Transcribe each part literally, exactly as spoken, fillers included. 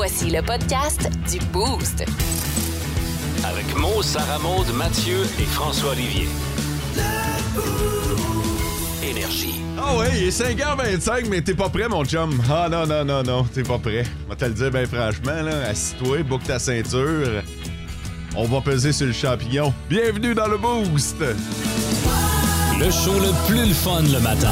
Voici le podcast du Boost. Avec Mo, Sarah Maud, Mathieu et François Olivier. Énergie. Ah oh ouais, il est cinq heures vingt-cinq, mais t'es pas prêt, mon chum. Ah non, non, non, non, t'es pas prêt. On va te le dire bien franchement, là. Assis-toi, boucle ta ceinture. On va peser sur le champignon. Bienvenue dans le Boost! Le show le plus le fun le matin.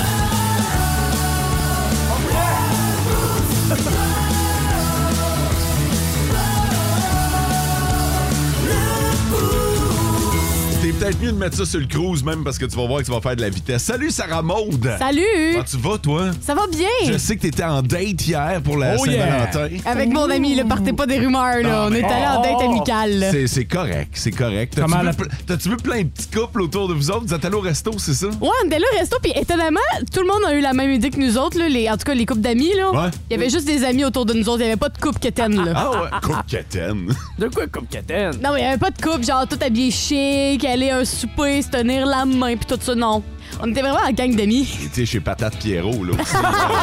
C'est peut-être mieux de mettre ça sur le cruise même parce que tu vas voir que tu vas faire de la vitesse. Salut Sarah Maud! Salut! Comment tu vas, toi? Ça va bien! Je sais que t'étais en date hier pour la Oh Saint-Valentin. Yeah. Avec mon ami, le partez pas des rumeurs, là. Non, On mais- est allé en date Oh! amicale. C'est, c'est correct, c'est correct. T'as-tu Comment vu, la- ple- t'as-tu vu plein de petits couples autour de vous autres? Vous êtes allés au resto, c'est ça? Ouais, on était là au resto, puis étonnamment, tout le monde a eu la même idée que nous autres, là, les, en tout cas les couples d'amis. Là. Ouais. Il y avait juste des amis autour de nous autres, il y avait pas de couple quétaine. Là. Ah ouais, couple quétaine. De quoi comme Catane? Non, mais il y avait pas de couple, genre tout habillé chic, aller à un souper, se tenir la main, puis tout ça, non. On était vraiment en gang d'amis. T'es chez Patate Pierrot, là aussi.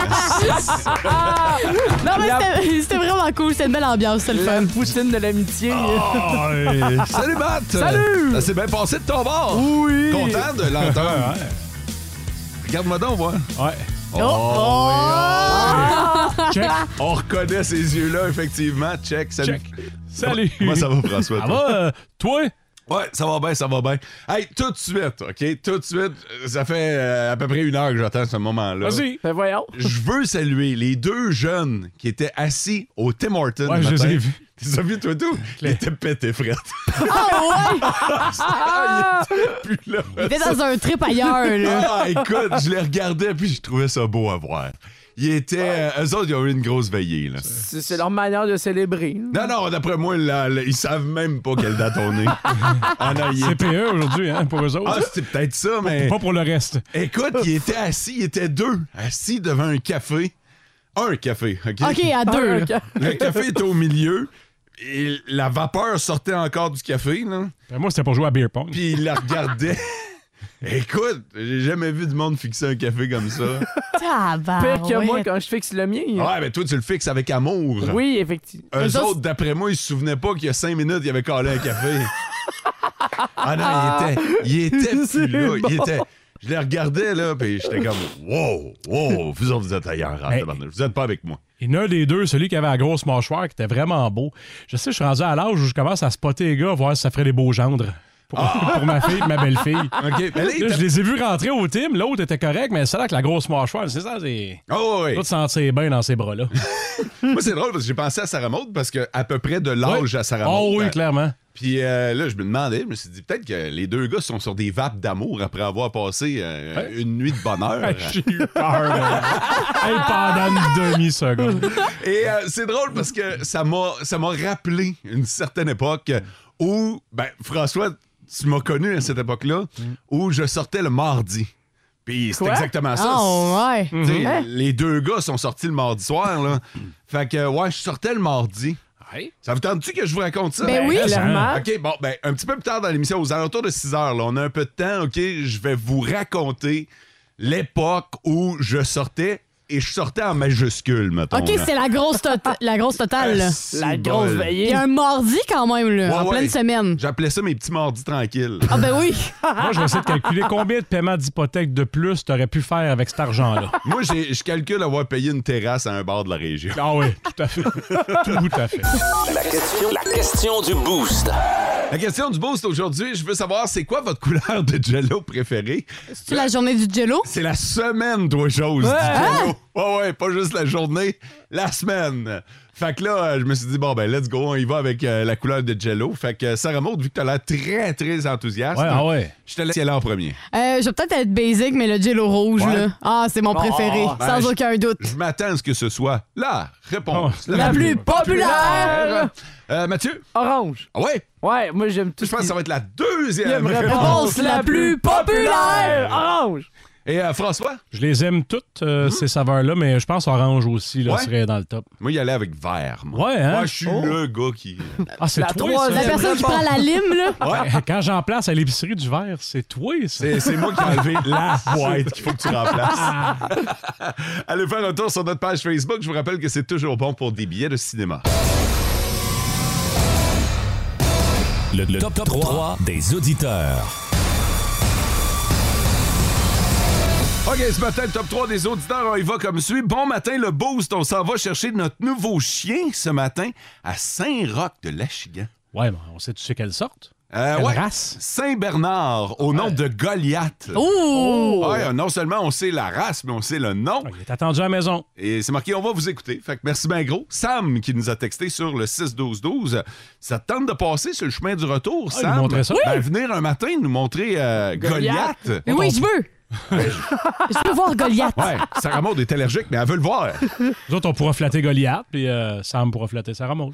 Non, mais c'était, c'était vraiment cool, c'était une belle ambiance, c'était le La fun. poutine de l'amitié. Ah, ouais. Salut Matt! Salut! Ça s'est bien passé de ton bord? Oui! Content de l'entendre? Regarde-moi donc, voir. Ouais. Oh! Check. On reconnaît ces yeux-là, effectivement. Check, salut. Check. Salut. Comment ça va, François? Ça toi? va, euh, toi? Ouais, ça va bien, ça va bien. Hey, tout de suite, OK? Tout de suite, ça fait euh, à peu près une heure que j'attends ce moment-là. Vas-y. Ben voyons. Je veux saluer les deux jeunes qui étaient assis au Tim Hortons. Ouais, le je les matin. ai vus. Tu les as vus, toi, tout? Ils étaient pétés, frère. Ah ouais! Ah, ils étaient plus là. Il était dans un trip ailleurs, là. Ah, écoute, je les regardais puis je trouvais ça beau à voir. Ils étaient... euh, eux autres, ils ont eu une grosse veillée, là. C'est, c'est leur manière de célébrer. Non, non, d'après moi, là, là, ils savent même pas quelle date on est. Ah non, ils C'est étaient- P E aujourd'hui, hein, pour eux autres. Ah, c'est peut-être ça, mais... Pas pour le reste. Écoute, ils étaient assis, ils étaient deux, assis devant un café. Un café, OK? OK, à deux, là. Le café était au milieu et la vapeur sortait encore du café, là. Ben, moi, c'était pour jouer à beer pong. Puis ils la regardaient. Écoute, j'ai jamais vu du monde fixer un café comme ça. Pire que moi quand je fixe le mien. Ouais, mais toi, tu le fixes avec amour. Oui, effectivement. Eux Eux autres- autres, d'après moi, ils se souvenaient pas qu'il y a cinq minutes, ils avaient calé un café. Ah non, il était, il était plus là. Il était... Je les regardais, là, puis j'étais comme, wow, wow, vous autres, vous êtes ailleurs. en Mais- tabarnak. Vous êtes pas avec moi. Il y en a un des deux, celui qui avait la grosse mâchoire, qui était vraiment beau. Je sais, je suis rendu à l'âge où je commence à spotter les gars, voir si ça ferait des beaux gendres. Pour, pour ma fille et ma belle-fille. OK, mais là, il Là, était- je les ai vus rentrer au team. L'autre était correct, mais c'est là que la grosse mâchoire, c'est ça, c'est... Oh, oui. Tout sentir bien dans ces bras-là. Moi, c'est drôle parce que j'ai pensé à Sarah Maud parce que à peu près de l'âge Ouais. à Sarah Maud. Oh oui, Ben, clairement. Puis euh, là, je me demandais, je me suis dit peut-être que les deux gars sont sur des vapes d'amour après avoir passé euh, Ouais. une nuit de bonheur. J'ai eu peur. là. Hey, pendant une demi-seconde. Et euh, c'est drôle parce que ça m'a ça m'a rappelé une certaine époque où, ben, François, tu m'as connu à cette époque-là, où je sortais le mardi. Puis c'est Quoi? exactement ça. Oh, ouais. Tu sais, Hein? les deux gars sont sortis le mardi soir, là. Fait que, ouais, je sortais le mardi. Hey. Ça vous tente-tu que je vous raconte ça? Ben oui. Clairement. OK, bon, ben, un petit peu plus tard dans l'émission, aux alentours de six heures, là, on a un peu de temps, OK, je vais vous raconter l'époque où je sortais, et je sortais en majuscule, mettons. OK, là. c'est la grosse, tota- la grosse totale, là. Ah, La c'est grosse bol. Il veillée. y a un mardi quand même, là, Ouais, en ouais. pleine semaine. J'appelais ça mes petits mardis tranquilles. Ah ben oui. Moi, je vais essayer de calculer combien de paiements d'hypothèque de plus tu aurais pu faire avec cet argent-là. Moi, j'ai- je calcule avoir payé une terrasse à un bar de la région. Ah oui, tout à fait. Tout à fait. La question, la question du Boost. La question du boost aujourd'hui, je veux savoir, c'est quoi votre couleur de Jell-O préférée? C'est la journée du Jello? C'est la semaine, toi, chose, du Jell-O. Ouais, ouais, pas juste la journée, la semaine. Fait que là, euh, je me suis dit, bon, ben, let's go, on y va avec euh, la couleur de Jell-O. Fait que, Sarah Maud, vu que t'as l'air très, très enthousiaste, Ouais, ah ouais. je te laisse y aller en premier. Euh, je vais peut-être être basic, mais le Jello rouge, Ouais. là. Ah, c'est mon préféré, ben, sans je- aucun doute. Je m'attends à ce que ce soit la réponse. Oh, La plus populaire! Euh, Mathieu? Orange. Ah ouais? Ouais, moi j'aime tout. Je pense que ça va être la Il y a deuxième une réponse. Réponse la plus populaire! Orange. Et euh, François? Je les aime toutes, euh, mmh. ces saveurs-là, mais je pense orange aussi là, ouais. serait dans le top. Moi, il y allait avec vert. Moi, ouais, hein? Moi, je suis oh. le gars qui... Ah, c'est la toi, ça. La personne qui prend la lime, là. Ouais. Quand j'en place à l'épicerie du verre, c'est toi, ça. C'est, c'est moi qui ai enlevé la boîte qu'il faut que tu remplaces. Allez faire un tour sur notre page Facebook. Je vous rappelle que c'est toujours bon pour des billets de cinéma. Le, le top, top trois des auditeurs. OK, ce matin, le top trois des auditeurs, on y va comme suit. Bon matin, le Boost. On s'en va chercher notre nouveau chien ce matin à Saint-Roch de l'Achigan. Ouais, mais on sait, tu sais quelle sorte? Euh, quelle ouais. race? Saint-Bernard, au ouais. nom de Goliath. Oh! Ouais, non seulement on sait la race, mais on sait le nom. Il est attendu à la maison. Et c'est marqué, on va vous écouter. Fait que merci bien gros. Sam, qui nous a texté sur le six douze douze. Ça te tente de passer sur le chemin du retour, ah, Sam? Montrer ça? Ben, venir un matin nous montrer euh, Goliath. Goliath. Oui, je veux. Je veux voir Goliath. Ouais, Sarah Maud est allergique, mais elle veut le voir. Nous autres, on pourra flatter Goliath, puis euh, Sam pourra flatter Sarah Maud.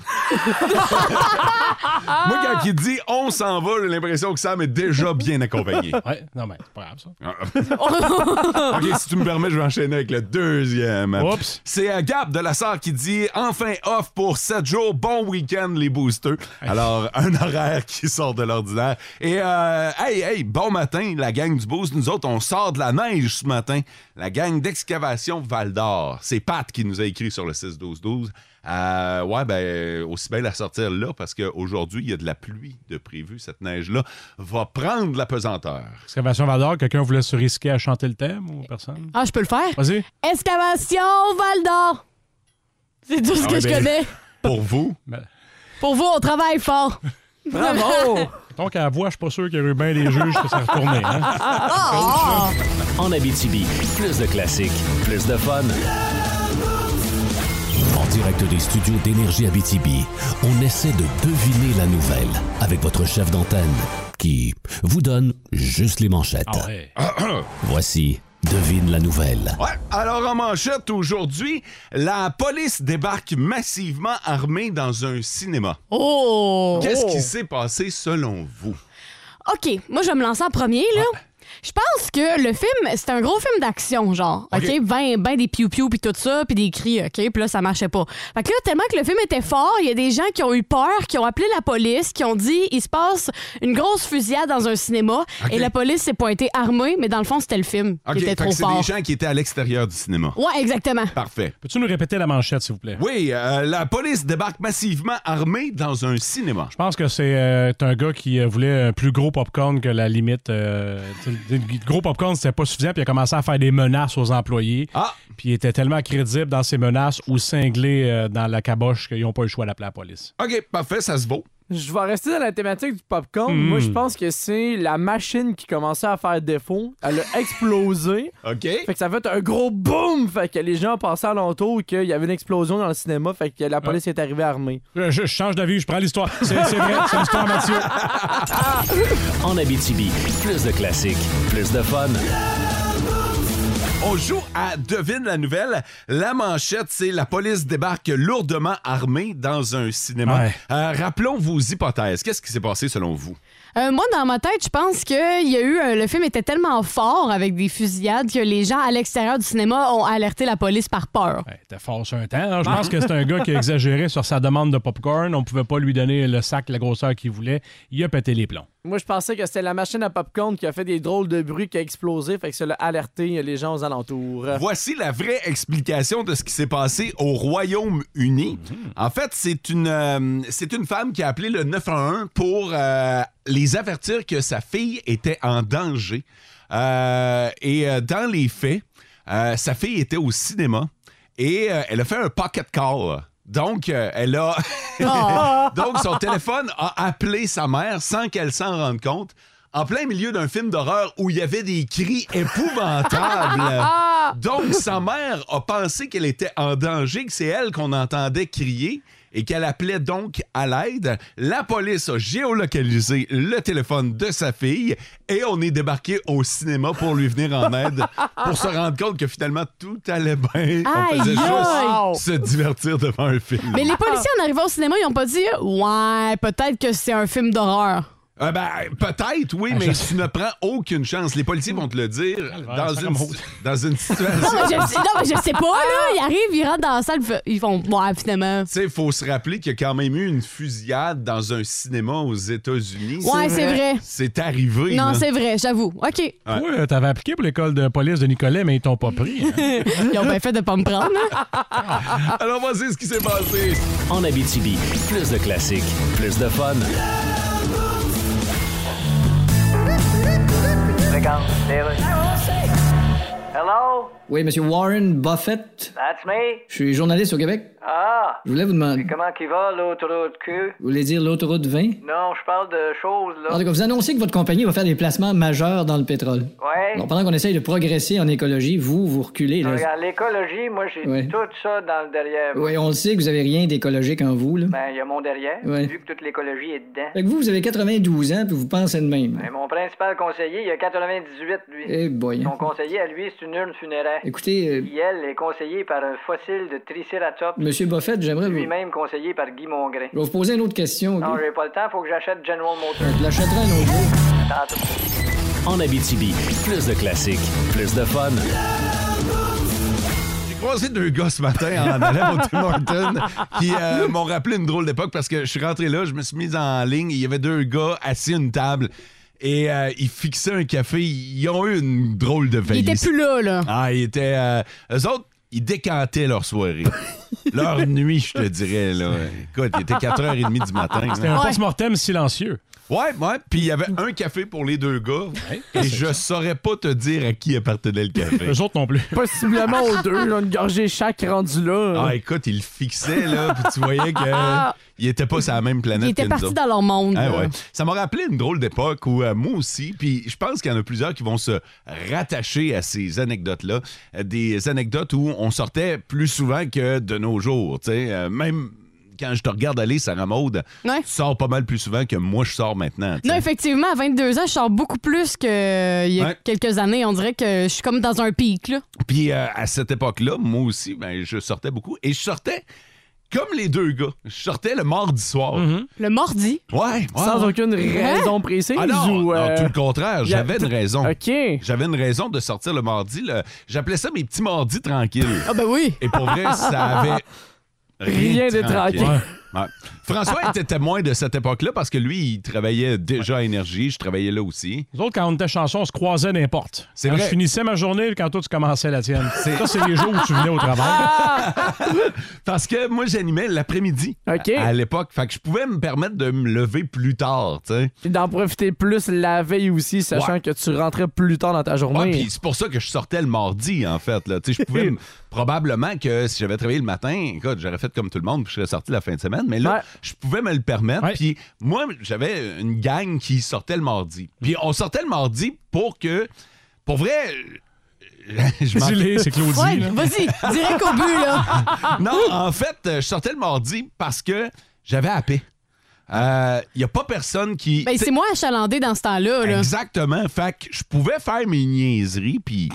Moi, quand il dit « on s'en va », j'ai l'impression que Sam est déjà bien accompagné. Ouais, non, mais c'est pas grave, ça. OK, si tu me permets, je vais enchaîner avec le deuxième. Oups. C'est euh, Gab de la Sarre qui dit « enfin off pour sept jours, bon week-end les boosters ». Alors, un horaire qui sort de l'ordinaire. Et, euh, hey, hey, bon matin, la gang du Boost. Nous autres, on sort de la neige ce matin. La gang d'excavation Val-d'Or. C'est Pat qui nous a écrit sur le six douze douze. Euh, ouais, ben, aussi bien la sortir là, parce qu'aujourd'hui, il y a de la pluie de prévu. Cette neige-là va prendre de la pesanteur. Excavation Val-d'Or, quelqu'un voulait se risquer à chanter le thème ou personne? Ah, je peux le faire? Vas-y. Excavation Val-d'Or. C'est tout ce ah, que ouais, je ben, connais. Pour vous? Ben... Pour vous, on travaille fort. Bravo! Donc, à la voix, je suis pas sûr qu'il y aurait eu bien des juges que ça retournait. Hein? Ah! En Abitibi, plus de classiques, plus de fun. En direct des studios d'Énergie Abitibi, on essaie de deviner la nouvelle avec votre chef d'antenne qui vous donne juste les manchettes. Ah ouais. Voici Devine la nouvelle. Ouais, alors en manchette aujourd'hui, la police débarque massivement armée dans un cinéma. Oh! Qu'est-ce qui s'est passé selon vous? OK, moi je vais me lancer en premier, là. Ouais. Je pense que le film, c'était un gros film d'action, genre. OK? OK? Ben, ben des piou-piou puis tout ça, puis des cris, OK? Puis là, ça marchait pas. Fait que là, tellement que le film était fort, il y a des gens qui ont eu peur, qui ont appelé la police, qui ont dit il se passe une grosse fusillade dans un cinéma, okay. Et la police s'est pointée armée, mais dans le fond, c'était le film okay, qui était trop c'est fort. C'est des gens qui étaient à l'extérieur du cinéma. Ouais, exactement. Parfait. Peux-tu nous répéter la manchette, s'il vous plaît? Oui, euh, la police débarque massivement armée dans un cinéma. Je pense que c'est euh, un gars qui euh, voulait un plus gros popcorn que la limite. Euh, gros popcorn, c'était pas suffisant, puis il a commencé à faire des menaces aux employés. Ah! Puis il était tellement crédible dans ses menaces ou cinglé euh, dans la caboche qu'ils n'ont pas eu le choix d'appeler la police. OK, parfait, ça se vaut. Je vais rester dans la thématique du popcorn. Mm. Moi, je pense que c'est la machine qui commençait à faire défaut. Elle a explosé. OK. Fait que ça a fait un gros boom. Fait que les gens pensaient alentour qu'il y avait une explosion dans le cinéma. Fait que la police ah. est arrivée armée. Je, je change d'avis, je prends l'histoire. C'est, c'est vrai, c'est l'histoire, Mathieu. En Abitibi, plus de classiques, plus de fun. On joue à Devine la nouvelle. La manchette, c'est la police débarque lourdement armée dans un cinéma. Ouais. Euh, rappelons vos hypothèses. Qu'est-ce qui s'est passé selon vous? Euh, moi, dans ma tête, je pense que il y a eu euh, le film était tellement fort avec des fusillades que les gens à l'extérieur du cinéma ont alerté la police par peur. Ouais, t'es fort sur un temps. Alors, je pense que c'est un gars qui a exagéré sur sa demande de popcorn. On pouvait pas lui donner le sac, la grosseur qu'il voulait. Il a pété les plombs. Moi, je pensais que c'était la machine à popcorn qui a fait des drôles de bruit qui a explosé, fait que ça l'a alerté les gens aux alentours. Voici la vraie explication de ce qui s'est passé au Royaume-Uni. Mmh. En fait, c'est une, euh, c'est une femme qui a appelé le neuf un un pour euh, les avertir que sa fille était en danger. Euh, et euh, dans les faits, euh, sa fille était au cinéma et euh, elle a fait un pocket call. Donc, euh, elle a. Oh. Donc, son téléphone a appelé sa mère sans qu'elle s'en rende compte, en plein milieu d'un film d'horreur où il y avait des cris épouvantables. Donc, sa mère a pensé qu'elle était en danger, que c'est elle qu'on entendait crier et qu'elle appelait donc à l'aide. La police a géolocalisé le téléphone de sa fille et on est débarqué au cinéma pour lui venir en aide, pour se rendre compte que finalement tout allait bien. On faisait juste se divertir devant un film. Mais les policiers en arrivant au cinéma, ils ont pas dit « Ouais, peut-être que c'est un film d'horreur ». Euh, ben, peut-être, oui, mais tu ne prends aucune chance. Les policiers vont te le dire dans une, dans une situation... Non, mais je, non, mais je sais pas, là. Ils arrivent, ils rentrent dans la salle, ils font... Ouais, finalement... Tu sais, il faut se rappeler qu'il y a quand même eu une fusillade dans un cinéma aux États-Unis. Ouais, c'est vrai. C'est arrivé. Non, là. c'est vrai, j'avoue. OK. Ouais, ouais t'avais appliqué pour l'école de police de Nicolet, mais ils t'ont pas pris. Hein? Ils ont bien fait de pas me prendre, hein? Alors, voici ce qui s'est passé. En Abitibi, plus de classiques, plus de fun. Regarde, les rues. Hello? Oui, Monsieur Warren Buffett. That's me? Je suis journaliste au Québec. Ah! Je voulais vous demander... Puis comment qu'il va, l'autoroute Q? Vous voulez dire l'autoroute vingt? Non, je parle de choses, là. En tout cas, vous annoncez que votre compagnie va faire des placements majeurs dans le pétrole. Ouais. Bon, pendant qu'on essaye de progresser en écologie, vous, vous reculez, là. Regarde, l'écologie, moi, j'ai Ouais. tout ça dans le derrière. Oui, on le sait que vous avez rien d'écologique en vous, là. Ben, il y a mon derrière, Ouais. vu que toute l'écologie est dedans. Fait que vous, vous avez quatre-vingt-douze ans, puis vous pensez de même. Ben, mon principal conseiller, il a quatre-vingt-dix-huit, lui. Eh boy. Son conseiller, à lui, c'est une urne funéraire. Écoutez, euh, Puis elle est conseillée par un fossile de Triceratops, Monsieur Buffett, j'aimerais vous... lui-même conseillé par Guy Mongrain. Je vais vous poser une autre question, OK? Non, j'ai pas le temps, faut que j'achète General Motors. Je l'achèterai un autre jour. Tantôt. En Abitibi, plus de classiques, plus de fun. J'ai croisé deux gars ce matin en allant au Tim Hortons qui euh, m'ont rappelé une drôle d'époque parce que je suis rentré là, je me suis mis en ligne et il y avait deux gars assis à une table. Et euh, ils fixaient un café. Ils ont eu une drôle de veille. Ils étaient plus là, là. Ah, ils étaient... Euh, eux autres, ils décantaient leur soirée. Leur nuit, je te dirais, là. Écoute, il était quatre heures trente du matin. C'était un post-mortem silencieux. Ouais, ouais. Puis il y avait un café pour les deux gars. Ouais, et je saurais pas te dire à qui appartenait le café. Eux autres non plus. Possiblement aux deux, là, une gorgée chaque rendu là. Ah, écoute, ils le fixaient, là. Puis tu voyais qu'ils étaient pas sur la même planète. Ils étaient que nous partis autres. dans leur monde. Ah, là. ouais. Ça m'a rappelé une drôle d'époque où euh, moi aussi, puis je pense qu'il y en a plusieurs qui vont se rattacher à ces anecdotes-là. Euh, des anecdotes où on sortait plus souvent que de nos jours. tu sais. Euh, même quand je te regarde aller, Sarah Maud, Ouais. tu sors pas mal plus souvent que moi je sors maintenant. tu sais. Non, effectivement, à vingt-deux ans, je sors beaucoup plus qu'il y a Ouais. quelques années. On dirait que je suis comme dans un pic, là. Puis euh, à cette époque-là, moi aussi, ben, je sortais beaucoup. Et je sortais comme les deux gars. Je sortais le mardi soir. Mm-hmm. Le mardi. Ouais, ouais. Sans ouais. aucune raison précise Ah non, ou. euh, non, tout le contraire. y a- J'avais une raison. OK. J'avais une raison de sortir le mardi. le- J'appelais ça mes petits mardis tranquilles. Ah, ben oui. Et pour vrai, ça avait Rien de tranquille. Ouais. François était témoin de cette époque-là parce que lui, il travaillait déjà à Énergie. Je travaillais là aussi. Nous autres, quand on était chansons, on se croisait n'importe. C'est Quand vrai. je finissais ma journée, quand toi, tu commençais la tienne. Ça, c'est les jours où tu venais au travail. Parce que moi, j'animais l'après-midi OK. à, à l'époque. Fait que je pouvais me permettre de me lever plus tard, tu sais. Puis d'en profiter plus la veille aussi, sachant Ouais. que tu rentrais plus tard dans ta journée. Ouais, puis c'est pour ça que je sortais le mardi, en fait. Là. Tu sais, je pouvais m- probablement que si j'avais travaillé le matin, écoute, j'aurais fait comme tout le monde, puis je serais sorti la fin de semaine. Mais là, Ouais. je pouvais me le permettre. Ouais. Puis moi, j'avais une gang qui sortait le mardi. Puis on sortait le mardi pour que, pour vrai, je m'en- Dis-les, c'est Claudie. Ouais, là. vas-y, direct au but, là. Non, en fait, je sortais le mardi parce que j'avais à paix. Il n'y a pas personne qui... Ben, t'sais, c'est moi achalandé dans ce temps-là, là. Exactement. Fait que je pouvais faire mes niaiseries, puis...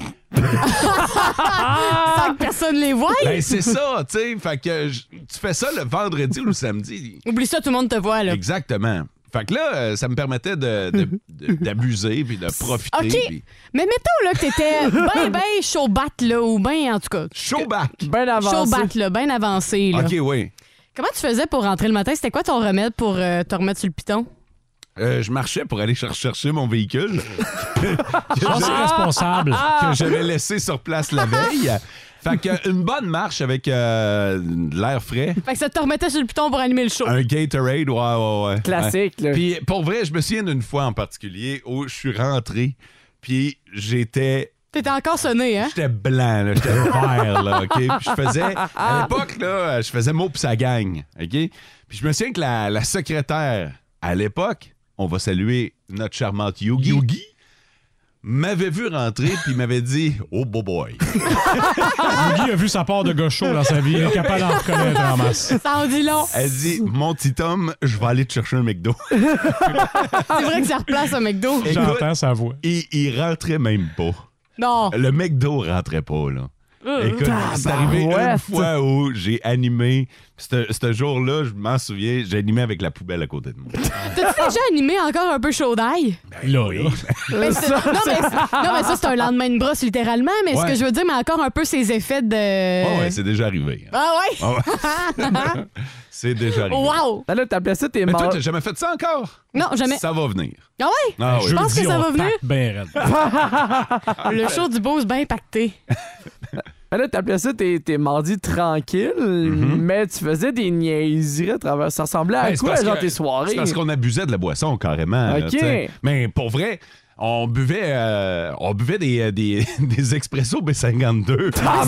Sans que personne les voie. Ben, c'est ça, tu sais. Fait que je- tu fais ça le vendredi ou le samedi. Oublie ça, tout le monde te voit, là. Exactement. Fait que là, euh, ça me permettait de, de- de- d'abuser puis de profiter. OK. puis- Mais mettons, là, que t'étais ben, ben chaud bat, là, ou ben, en tout cas. Show back. Ben avancé. Chaud bat, là, ben avancé, là. OK, oui. Comment tu faisais pour rentrer le matin? C'était quoi ton remède pour euh, te remettre sur le piton? Euh, je marchais pour aller cher- chercher mon véhicule que, Je pense que c'est responsable. que j'avais laissé sur place la veille. Fait que une bonne marche avec euh, de l'air frais. Fait que ça te remettait sur le piton pour animer le show. Un Gatorade, ouais, ouais, ouais. Classique, Ouais. là. Puis pour vrai, je me souviens d'une fois en particulier où je suis rentré, puis j'étais... T'étais encore sonné, hein? J'étais blanc, là, j'étais vert, là, OK? Puis je faisais, à l'époque, là, je faisais mot pis sa gang, OK? Puis je me souviens que la, la secrétaire, à l'époque, on va saluer notre charmante Yogi, Yogi? M'avait vu rentrer puis m'avait dit « Oh, boy, boy. Yogi a vu sa part de gaucho dans sa vie. Il est capable d'en reconnaître en masse. Ça en dit long. » Elle dit « Mon petit homme, je vais aller te chercher un McDo. C'est vrai que ça replace un McDo. » Écoute, J'entends sa voix. il, il rentrait même pas. Non. Le McDo rentrait pas, là. Écoute, c'est arrivé ouais. une fois où j'ai animé. Ce jour-là, je m'en souviens, j'ai animé avec la poubelle à côté de moi. T'as-tu déjà animé encore un peu chaud d'ail? Ben, là, oui. Ben, c'est- non, mais, non, mais ça, c'est un lendemain de brosse, littéralement. Mais Ouais. ce que je veux dire, mais encore un peu ses effets de. Ouais, ouais, c'est déjà arrivé. Ah ouais? Ah ouais. C'est déjà arrivé. Wow! Ben là, t'appelais ça tes Mais toi, morts. t'as jamais fait ça encore? Non, jamais. Ça va venir. Ah ouais? Ah oui. Je pense que ça va venir. Ben raide. Le show du Boost bien pacté. Ben là, t'appelais ça tes, tes mardis tranquilles, Mm-hmm. mais tu faisais des niaiseries à travers. Ça ressemblait à Ben, c'est quoi, parce genre que- tes soirées? C'est parce qu'on abusait de la boisson, carrément. là, OK. tu sais. Mais pour vrai, on buvait, euh, on buvait des, des, des expressos B cinquante-deux. Ah,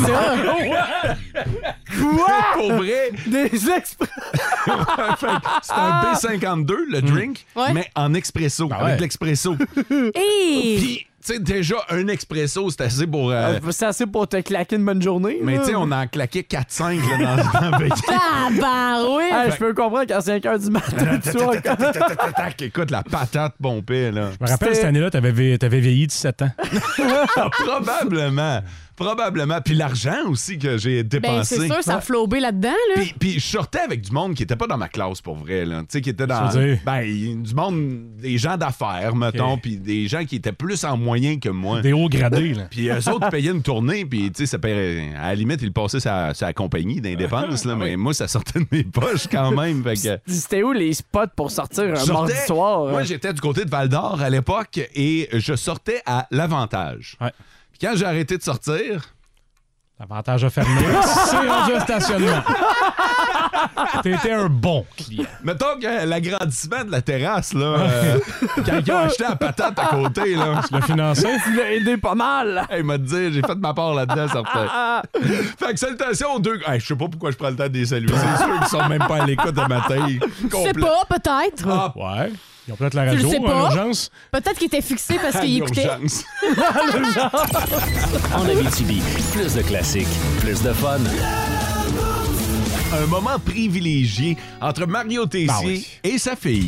Quoi? Pour vrai, Des exprès. c'est un B cinquante-deux, le drink, Ouais. mais en expresso, Ah avec ouais. de l'expresso. Hey! Puis, tu sais, déjà, un expresso, c'est assez pour... euh, Euh, C'est assez pour te claquer une bonne journée. mais là. tu sais, on en claquait quatre cinq là, dans, dans le veillée. Tabarouette! Ah, je peux comprendre qu'à cinq heures du matin, tu sois encore. Tac, écoute, la patate pompée, là. Je me rappelle, C'était- cette année-là, t'avais, vi- t'avais vieilli dix-sept ans. Probablement. Probablement. Puis l'argent aussi que j'ai Ben, dépensé. c'est sûr, ça a flobé là-dedans, là. Puis, puis je sortais avec du monde qui était pas dans ma classe, pour vrai, là. Tu sais, qui était dans... Ça veut dire? Ben, du monde, des gens d'affaires, mettons, puis des gens qui étaient plus en moyen que moi. Des hauts gradés, là. Puis eux autres payaient une tournée, puis tu sais, ça paierait... À la limite, ils passaient sa, sa compagnie d'indépendance, là, mais moi, ça sortait de mes poches quand même, fait que... C'était où les spots pour sortir un Je sortais- mardi soir? Moi, hein? j'étais du côté de Val-d'Or à l'époque et je sortais à l'Avantage. Ouais. Puis quand j'ai arrêté de sortir, L'avantage à fermer, c'est rendu un stationnement. T'étais un bon client. mettons que l'agrandissement de la terrasse, là, euh, quand ils ont acheté la patate à côté, là, Tu l'as financé? Tu l'as aidé pas mal. hey, il m'a dit, j'ai fait ma part là-dedans, certain. Fait que salutations aux deux. Hey, je sais pas pourquoi je prends le temps de les saluer. C'est sûr qu'ils sont même pas à l'écoute de matin. Je sais pas, peut-être. Ah, Ouais. Ils ont peut-être la Tu le radio sais en pas? urgence. Peut-être qu'il était fixé parce qu'il écoutait. urgence. En Abitibi, plus de classiques, plus de fun. Un moment privilégié entre Mario Tessier Ben oui. et sa fille.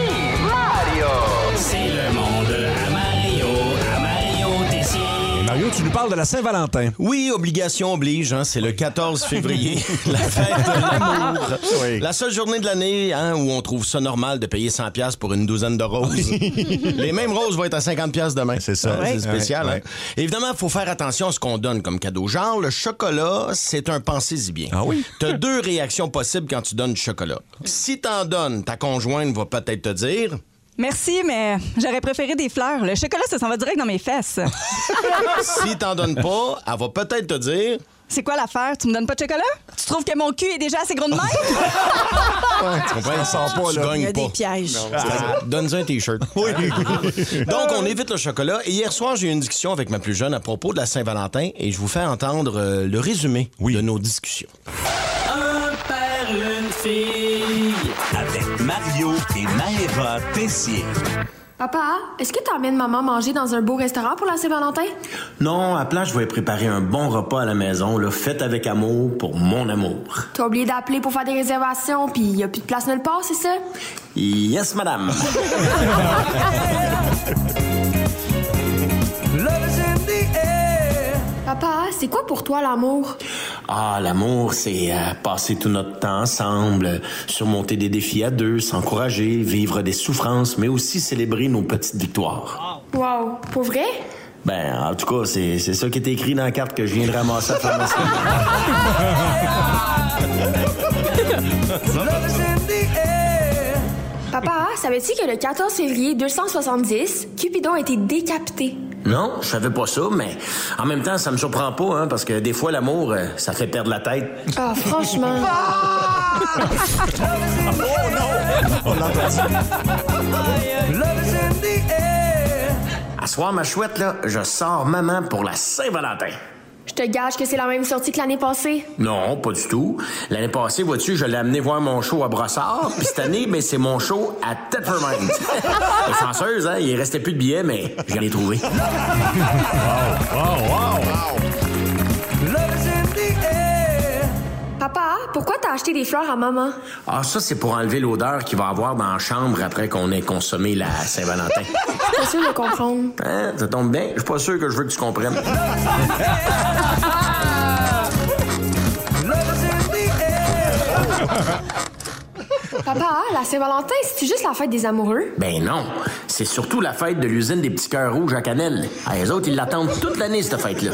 C'est le monde à Mario, à Mario Tessier. Mario, tu nous parles de la Saint-Valentin. Oui, obligation oblige, hein, c'est le quatorze février, la fête de l'amour. Oui. La seule journée de l'année hein, où on trouve ça normal de payer cent piastres pour une douzaine de roses. Les mêmes roses vont être à cinquante piastres demain. C'est ça. Ouais, c'est spécial. Ouais, hein. ouais. Évidemment, il faut faire attention à ce qu'on donne comme cadeau. Genre, le chocolat, c'est un pensez-y bien. Ah oui? T'as deux réactions possibles quand tu donnes du chocolat. Si t'en donnes, ta conjointe va peut-être te dire... Merci, mais j'aurais préféré des fleurs. Le chocolat, ça s'en va direct dans mes fesses. Si t'en donnes pas, elle va peut-être te dire... C'est quoi l'affaire? Tu me donnes pas de chocolat? Tu trouves que mon cul est déjà assez gros de même? Tu comprends? Ça sent pas, Tu là. gagnes Il y a pas. des pièges. Donne-en un T-shirt. Oui. Donc, on évite le chocolat. Et hier soir, j'ai eu une discussion avec ma plus jeune à propos de la Saint-Valentin et je vous fais entendre euh, le résumé de nos discussions. Un père, une fille, avec Mario et Maëva Tessier. Papa, est-ce que t'emmènes maman manger dans un beau restaurant pour la Saint-Valentin? Non, à place, je vais préparer un bon repas à la maison, là, fait avec amour pour mon amour. T'as oublié d'appeler pour faire des réservations, puis y a plus de place nulle part, c'est ça? Yes, madame. Papa, c'est quoi pour toi l'amour? Ah, l'amour, c'est euh, passer tout notre temps ensemble, euh, surmonter des défis à deux, s'encourager, vivre des souffrances, mais aussi célébrer nos petites victoires. Wow, pour vrai? Ben, en tout cas, c'est, c'est ça qui est écrit dans la carte que je viens de ramasser à la pharmacie. Papa, savais-tu que le quatorze février deux cent soixante-dix, Cupidon a été décapité? Non, je savais pas ça, mais en même temps, ça me surprend pas, hein, parce que des fois, l'amour, euh, ça fait perdre la tête. Ah, franchement. Oh non! On l'a entendu. À soir, ma chouette, là, je sors maman pour la Saint-Valentin. Je te gage que c'est la même sortie que l'année passée. Non, pas du tout. L'année passée, vois-tu, je l'ai amené voir mon show à Brossard, puis cette année, ben, c'est mon show à Tetford-Mines. Chanceuse, hein? Il restait plus de billets, mais j'en ai trouvé. Papa, pourquoi t'as acheté des fleurs à maman? Ah, ça, c'est pour enlever l'odeur qu'il va avoir dans la chambre après qu'on ait consommé la Saint-Valentin. Je suis pas sûre de comprendre. Hein? Ça tombe bien. Je suis pas sûr que je veux que tu comprennes. Papa, la Saint-Valentin, c'est juste la fête des amoureux? Ben non. C'est surtout la fête de l'usine des petits cœurs rouges à cannelle. Ah, les autres, ils l'attendent toute l'année, cette fête-là.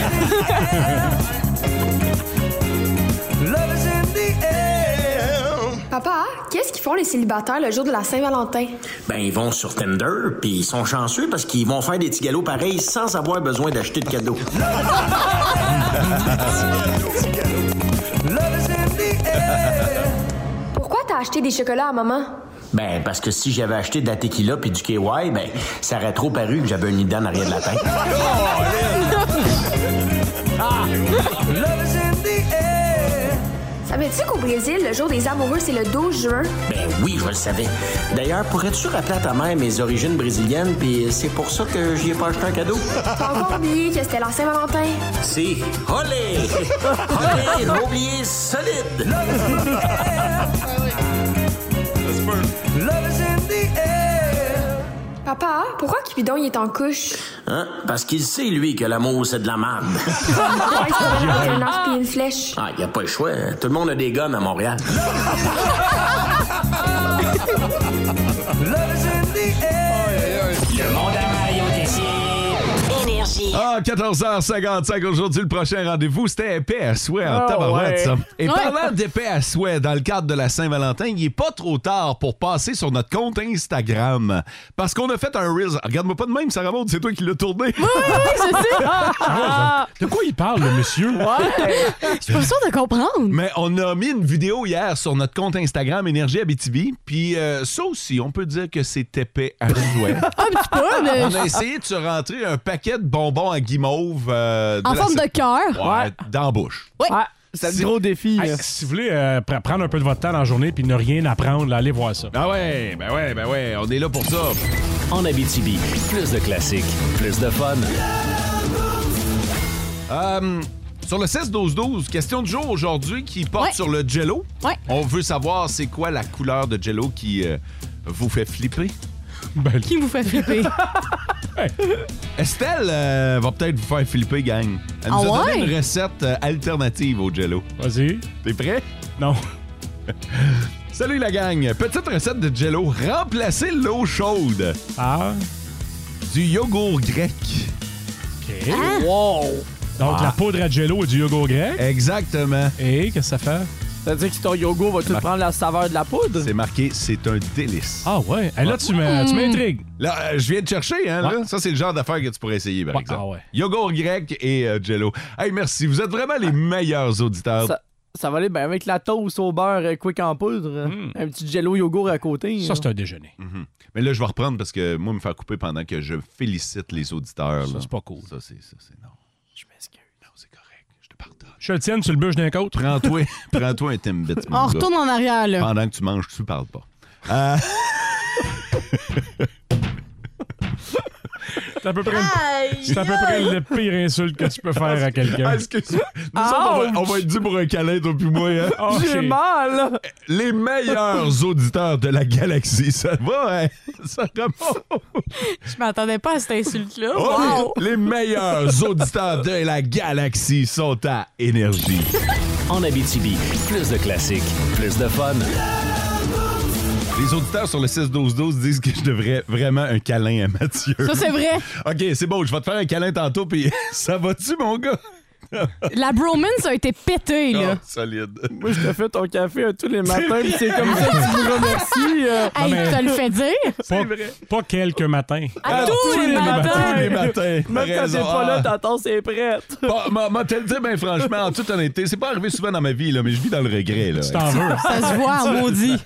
Papa, qu'est-ce qu'ils font les célibataires le jour de la Saint-Valentin? Ben, ils vont sur Tinder, puis ils sont chanceux parce qu'ils vont faire des petits galops pareils sans avoir besoin d'acheter de cadeaux. Pourquoi t'as acheté des chocolats à maman? Ben, parce que si j'avais acheté de la tequila puis du K Y, ben, ça aurait trop paru que j'avais une idée en arrière de la tête. Savais-tu qu'au Brésil, le jour des amoureux, c'est le douze juin? Ben oui, je le savais. D'ailleurs, pourrais-tu rappeler à ta mère mes origines brésiliennes, puis c'est pour ça que j'y ai pas acheté un cadeau? T'as encore oublié que c'était la Saint-Valentin? Si. Olé! Olé! J'ai oublié solide! Papa, pourquoi Cupidon il est en couche? Hein? Parce qu'il sait, lui, que l'amour, c'est de la merde. Ouais, c'est pas avec un arc et une flèche. Ah, y a pas le choix. Hein? Tout le monde a des guns à Montréal. Le monde à Mario Tessier. Énergie. Ah, quatorze heures cinquante-cinq aujourd'hui, le prochain rendez-vous, c'était épais à souhait en Oh, tabarouette, ouais. ça. Et Ouais. parlant d'épais à souhait, dans le cadre de la Saint-Valentin, il est pas trop tard pour passer sur notre compte Instagram. Parce qu'on a fait un Reels. Regarde-moi pas de même, Sarah Maud, c'est toi qui l'as tourné. Oui, oui, je sais. De quoi il parle, le monsieur? Je suis pas sûre de comprendre. Mais on a mis une vidéo hier sur notre compte Instagram Énergie Abitibi, puis euh, ça aussi, on peut dire que c'est épais à souhait. Un petit peu, mais... On a essayé de se rentrer un paquet de bonbons à guimauve. euh, En la forme Saint- de cœur. Ouais, dans la bouche. Oui. Ouais, c'est Si- un gros défi. Hey, là. si vous voulez euh, pr- prendre un peu de votre temps dans la journée puis ne rien apprendre, là, allez voir ça. Ah ouais, ben ouais, ben ouais, on est là pour ça. En Abitibi, plus de classiques, plus de fun. Euh, sur le seize douze douze, question du jour aujourd'hui qui porte Ouais. sur le Jello. Ouais. On veut savoir c'est quoi la couleur de Jello qui euh, vous fait flipper. Ben, Qui vous fait flipper? Estelle euh, va peut-être vous faire flipper, gang. Elle nous Ah a ouais? donné une recette euh, alternative au Jello. vas-y. T'es prêt? Non. Salut la gang! Petite recette de Jello. Remplacez l'eau chaude Ah, du yogourt grec. OK. Wow! Donc, Ah. la poudre à Jello et du yogourt grec. Exactement. Et qu'est-ce que ça fait? Ça veut dire que ton yogourt va tout Mar- prendre la saveur de la poudre? C'est marqué, c'est un délice. Ah ouais. Hey, là, tu m'as- tu m'intrigues. Là, euh, je viens de chercher, hein, Ouais. là. Ça, c'est le genre d'affaire que tu pourrais essayer, par Ouais, exemple. ah ouais. Yogourt grec et euh, Jello. Hey, merci. Vous êtes vraiment les meilleurs auditeurs. Ça, ça va aller bien avec la toast au beurre euh, quick en poudre. Mm. Un petit jello yogourt à côté. Ça, là. c'est un déjeuner. Mhm. Mais là, je vais reprendre parce que moi, me faire couper pendant que je félicite les auditeurs. Ça, là. c'est pas cool. Ça, c'est ça, c'est non. Je m'excuse. Non, c'est correct. Je te pardonne. Je le tienne sur le bûche d'un côte. Prends-toi, prends-toi un Timbit, mon On gars. retourne en arrière, là. Pendant que tu manges, tu parles pas. Euh, C'est à peu près, c'est à peu près le pire insulte que tu peux faire à quelqu'un. Ah, excuse-moi. Nous autres, on va, on va être dû pour un câlin, toi puis moi. Hein? Oh, J'ai j'ai- mal! Les meilleurs auditeurs de la galaxie, ça va, hein? Ça remonte. Je m'attendais pas à cette insulte-là. Oh, Wow! les, les meilleurs auditeurs de la galaxie sont à Énergie. En Abitibi, plus de classiques, plus de fun. Les auditeurs sur le six douze douze disent que je devrais vraiment un câlin à Mathieu. Ça, c'est vrai. OK, c'est bon, je vais te faire un câlin tantôt, puis ça va-tu, mon gars? La bromance a été pétée, là. Oh, solide. Moi, je te fais ton café euh, tous les matins, pis c'est comme ça que tu me remercies. euh. Hey, mais- tu te le fais dire? Pas, pas quelques matins. À tous les matins. Tous les matins. Même quand t'es Raison. pas là, Ah. ta tasse est prête. Bon, moi, moi, te le dire, ben franchement, en toute honnêteté, c'est pas arrivé souvent dans ma vie, là, mais je vis dans le regret. Là. Tu t'en veux. Ça se voit en maudit.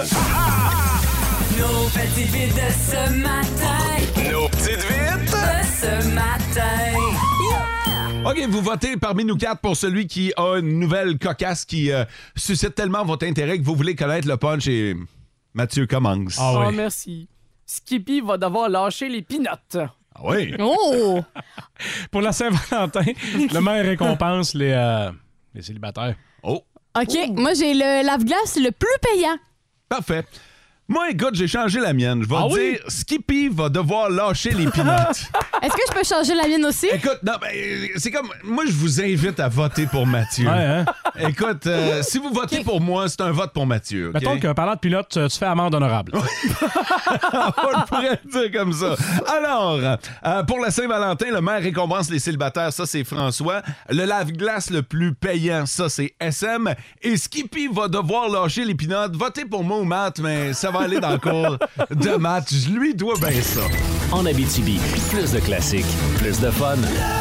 Nos petites vites de ce matin. Nos petites vites! De ce matin. OK, vous votez parmi nous quatre pour celui qui a une nouvelle cocasse qui euh, suscite tellement votre intérêt que vous voulez connaître le punch et Mathieu commence. Ah Oh, oui. merci. Skippy va devoir lâcher les pinottes. Ah oui? Oh! Pour la Saint-Valentin, le maire récompense les, euh, les célibataires. Oh! OK, moi, j'ai le lave-glace le plus payant. Parfait. Moi, écoute, j'ai changé la mienne. Je vais Ah te oui? dire, Skippy va devoir lâcher les pinottes. Est-ce que je peux changer la mienne aussi? Écoute, non, ben, c'est comme... Moi, je vous invite à voter pour Mathieu. Ouais, hein? Écoute, euh, si vous votez pour moi, c'est un vote pour Mathieu, OK? Mettons que parlant de pilote, tu tu fais amende honorable. On pourrait le dire comme ça. Alors, euh, pour la Saint-Valentin, le maire récompense les célibataires. Ça, c'est François. Le lave-glace le plus payant, ça, c'est S M. Et Skippy va devoir lâcher les pinottes. Votez pour moi ou Matt, mais ça va aller dans le cours de Matt. Je lui dois bien ça. En Abitibi, plus de classiques, plus de fun.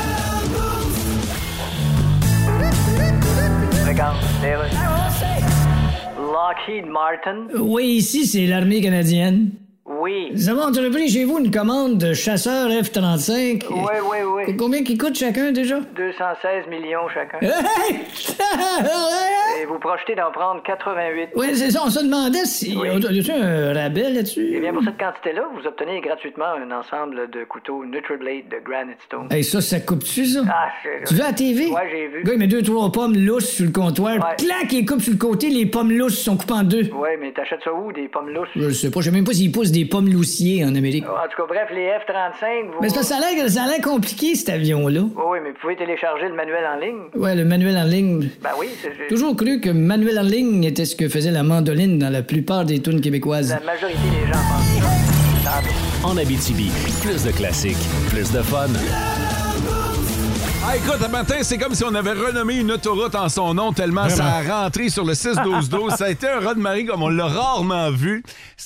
Regarde, les Russes. Lockheed Martin. Oui, ici, c'est l'armée canadienne. Oui. Nous avons entrepris chez vous une commande de chasseurs F trente-cinq. Oui, oui, oui. Combien qui coûte chacun, déjà? deux cent seize millions chacun. Hey! Et vous projetez d'en prendre quatre-vingt-huit. Oui, c'est ça, on se demandait si... Oui. Y a-tu un rabais là-dessus? Eh bien, pour cette quantité-là, vous obtenez gratuitement un ensemble de couteaux NutriBlade de Granite Stone. Hey, ça, ça coupe-tu, ça? Ah, c'est... Tu veux à la T V? Ouais, j'ai vu. Le gars, il met deux, trois pommes lousses sur le comptoir. Ouais. Clac, il coupe sur le côté, les pommes lousses sont coupées en deux. Ouais, mais t'achètes ça où, des pommes lousses? Je sais pas, je sais même pas s'ils poussent des pommes loussiers en Amérique. En tout cas, bref, les F trente-cinq, vous... Mais c'est parce que ça a l'air, ça a l'air compliqué, cet avion-là. Oh, oui, mais vous pouvez télécharger le manuel en ligne. Ouais, le manuel en ligne. Ben oui, c'est... J'ai toujours cru que manuel en ligne était ce que faisait la mandoline dans la plupart des tunes québécoises. La majorité des gens pensent ça. En Abitibi, plus de classiques, plus de fun. Ah, écoute, ce matin, c'est comme si on avait renommé une autoroute en son nom tellement Vraiment? ça a rentré sur le six douze douze. Ça a été un raz-de-marée comme on l'a rarement vu.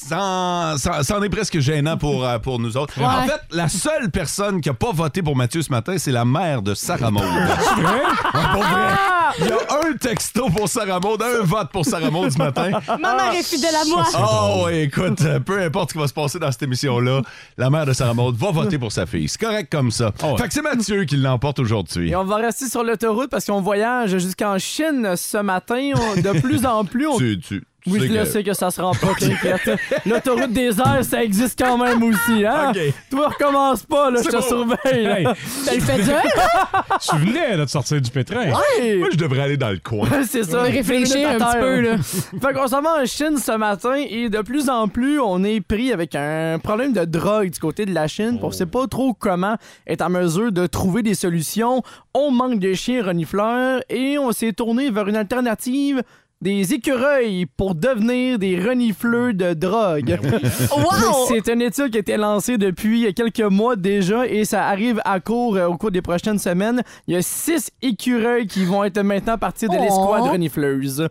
Ça en est presque gênant pour, euh, pour nous autres. Ouais. En fait, la seule personne qui n'a pas voté pour Mathieu ce matin, c'est la mère de Sarah Maud. C'est vrai? Ouais, pour vrai. Il y a un texto pour Sarah Maud, un vote pour Sarah Maud ce matin. Ma mère est fidèle à moi. Oh, ouais, écoute, peu importe ce qui va se passer dans cette émission-là, la mère de Sarah Maud va voter pour sa fille. C'est correct comme ça. Oh, ouais. Fait que c'est Mathieu qui l'emporte aujourd'hui. Et on va rester sur l'autoroute parce qu'on voyage jusqu'en Chine ce matin. On- de plus en plus, on... Tu, tu, tu Oui, sais je le que- sais que ça se rend pas, t'inquiète. L'autoroute des airs, ça existe quand même aussi, hein? OK. Toi, recommence pas, là, je te bon. surveille. là. Hey, Ça lui fait dur, hein? tu venais là, de sortir du pétrin. Ouais. Moi, je devrais aller dans le coin. C'est ça. Réfléchir un petit peu, là. Fait qu'on s'en va en Chine ce matin et de plus en plus, on est pris avec un problème de drogue du côté de la Chine. Oh. On sait pas trop comment être en mesure de trouver des solutions. On manque de chiens renifleurs et on s'est tourné vers une alternative. Des écureuils pour devenir des renifleurs de drogue. Wow! C'est une étude qui a été lancée depuis quelques mois déjà et ça arrive à court euh, au cours des prochaines semaines. Il y a six écureuils qui vont être maintenant partie de Oh. l'escouade renifleuse.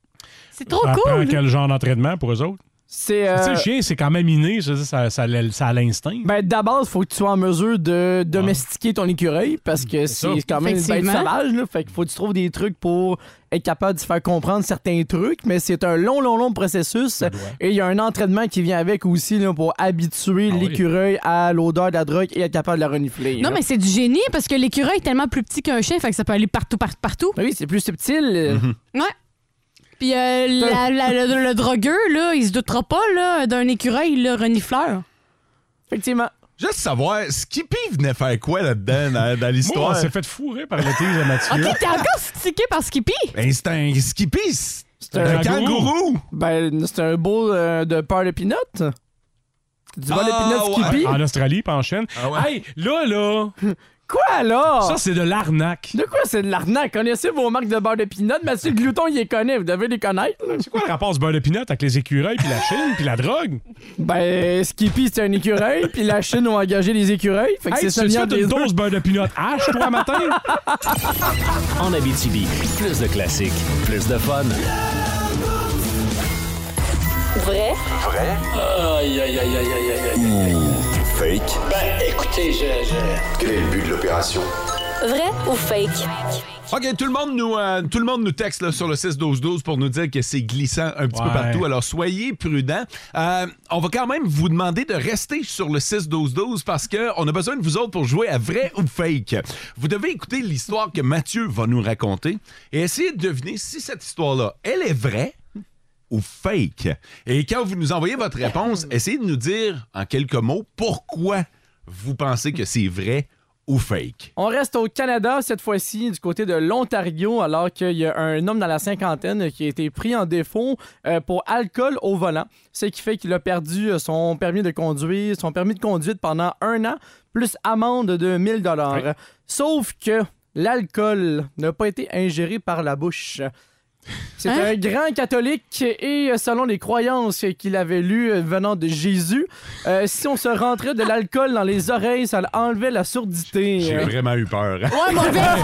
C'est trop Ça prend cool. quel genre d'entraînement pour eux autres? C'est, euh, Tu sais, le chien, c'est quand même inné. Je veux dire, ça, ça, ça, ça a l'instinct. ben, d'abord, il faut que tu sois en mesure de domestiquer ton écureuil parce que ça. c'est quand même une bête Effectivement. sauvage. Là, fait qu'il faut que tu trouves des trucs pour être capable de se faire comprendre certains trucs, mais c'est un long, long, long processus. Et il y a un entraînement qui vient avec aussi là, pour habituer Ah oui. l'écureuil à l'odeur de la drogue et être capable de la renifler. Non, là. mais c'est du génie parce que l'écureuil est tellement plus petit qu'un chien, fait que ça peut aller partout, partout, partout. Ben oui, c'est plus subtil. Ouais. Puis euh, la- la- le, le drogueur, là, il se doutera pas là, d'un écureuil là, renifleur. Effectivement. Juste savoir, Skippy venait faire quoi là-dedans dans, dans Moi, on l'histoire? s'est fait fourrer par le tige de Mathieu. OK, t'es encore stické par Skippy? Ben, c'est un Skippy, c'est C'est un un kangourou. Ben, c'est un beau euh, de peur de peanut. Du beurre de Ah, peanut ouais. Skippy. En Australie, pas en Chine. Ah ouais. Hey, là, là, Quoi, là? ça, c'est de l'arnaque. De quoi c'est de l'arnaque? Connaissez vos marques de beurre de peanut? Mathieu Glouton, il les connaît. Vous devez les connaître. là. C'est quoi le rapport du beurre de pinot avec les écureuils, puis la Chine, puis la drogue? Ben, Skippy, c'est un écureuil, puis la Chine ont engagé les écureuils. Fait que Hey, tu c'est te ça fait une dose beurre de pinot H, toi, matin? En Abitibi, plus de classiques, plus de fun. Vrai? Aïe, aïe, aïe, aïe, aïe, aïe, aïe. Fake. Ben, écoutez, je... je... Quel est le but de l'opération? Vrai ou fake? OK, tout le monde nous, euh, tout le monde nous texte là, sur le six douze douze pour nous dire que c'est glissant un petit Ouais. peu partout. Alors, soyez prudents. Euh, on va quand même vous demander de rester sur le six douze douze parce qu'on a besoin de vous autres pour jouer à vrai ou fake. Vous devez écouter l'histoire que Mathieu va nous raconter et essayer de deviner si cette histoire-là, elle est vraie ou fake. Et quand vous nous envoyez votre réponse, essayez de nous dire en quelques mots pourquoi vous pensez que c'est vrai ou fake? On reste au Canada, cette fois-ci, du côté de l'Ontario, alors qu'il y a un homme dans la cinquantaine qui a été pris en défaut euh, pour alcool au volant. Ce qui fait qu'il a perdu son permis de conduire, son permis de conduite pendant un an, plus amende de mille dollars. Oui. Sauf que l'alcool n'a pas été ingéré par la bouche. C'est hein? un grand catholique et selon les croyances qu'il avait lues venant de Jésus, euh, si on se rentrait de l'alcool dans les oreilles, ça enlevait la sourdité. J'ai vraiment eu peur. Ouais, mon gars!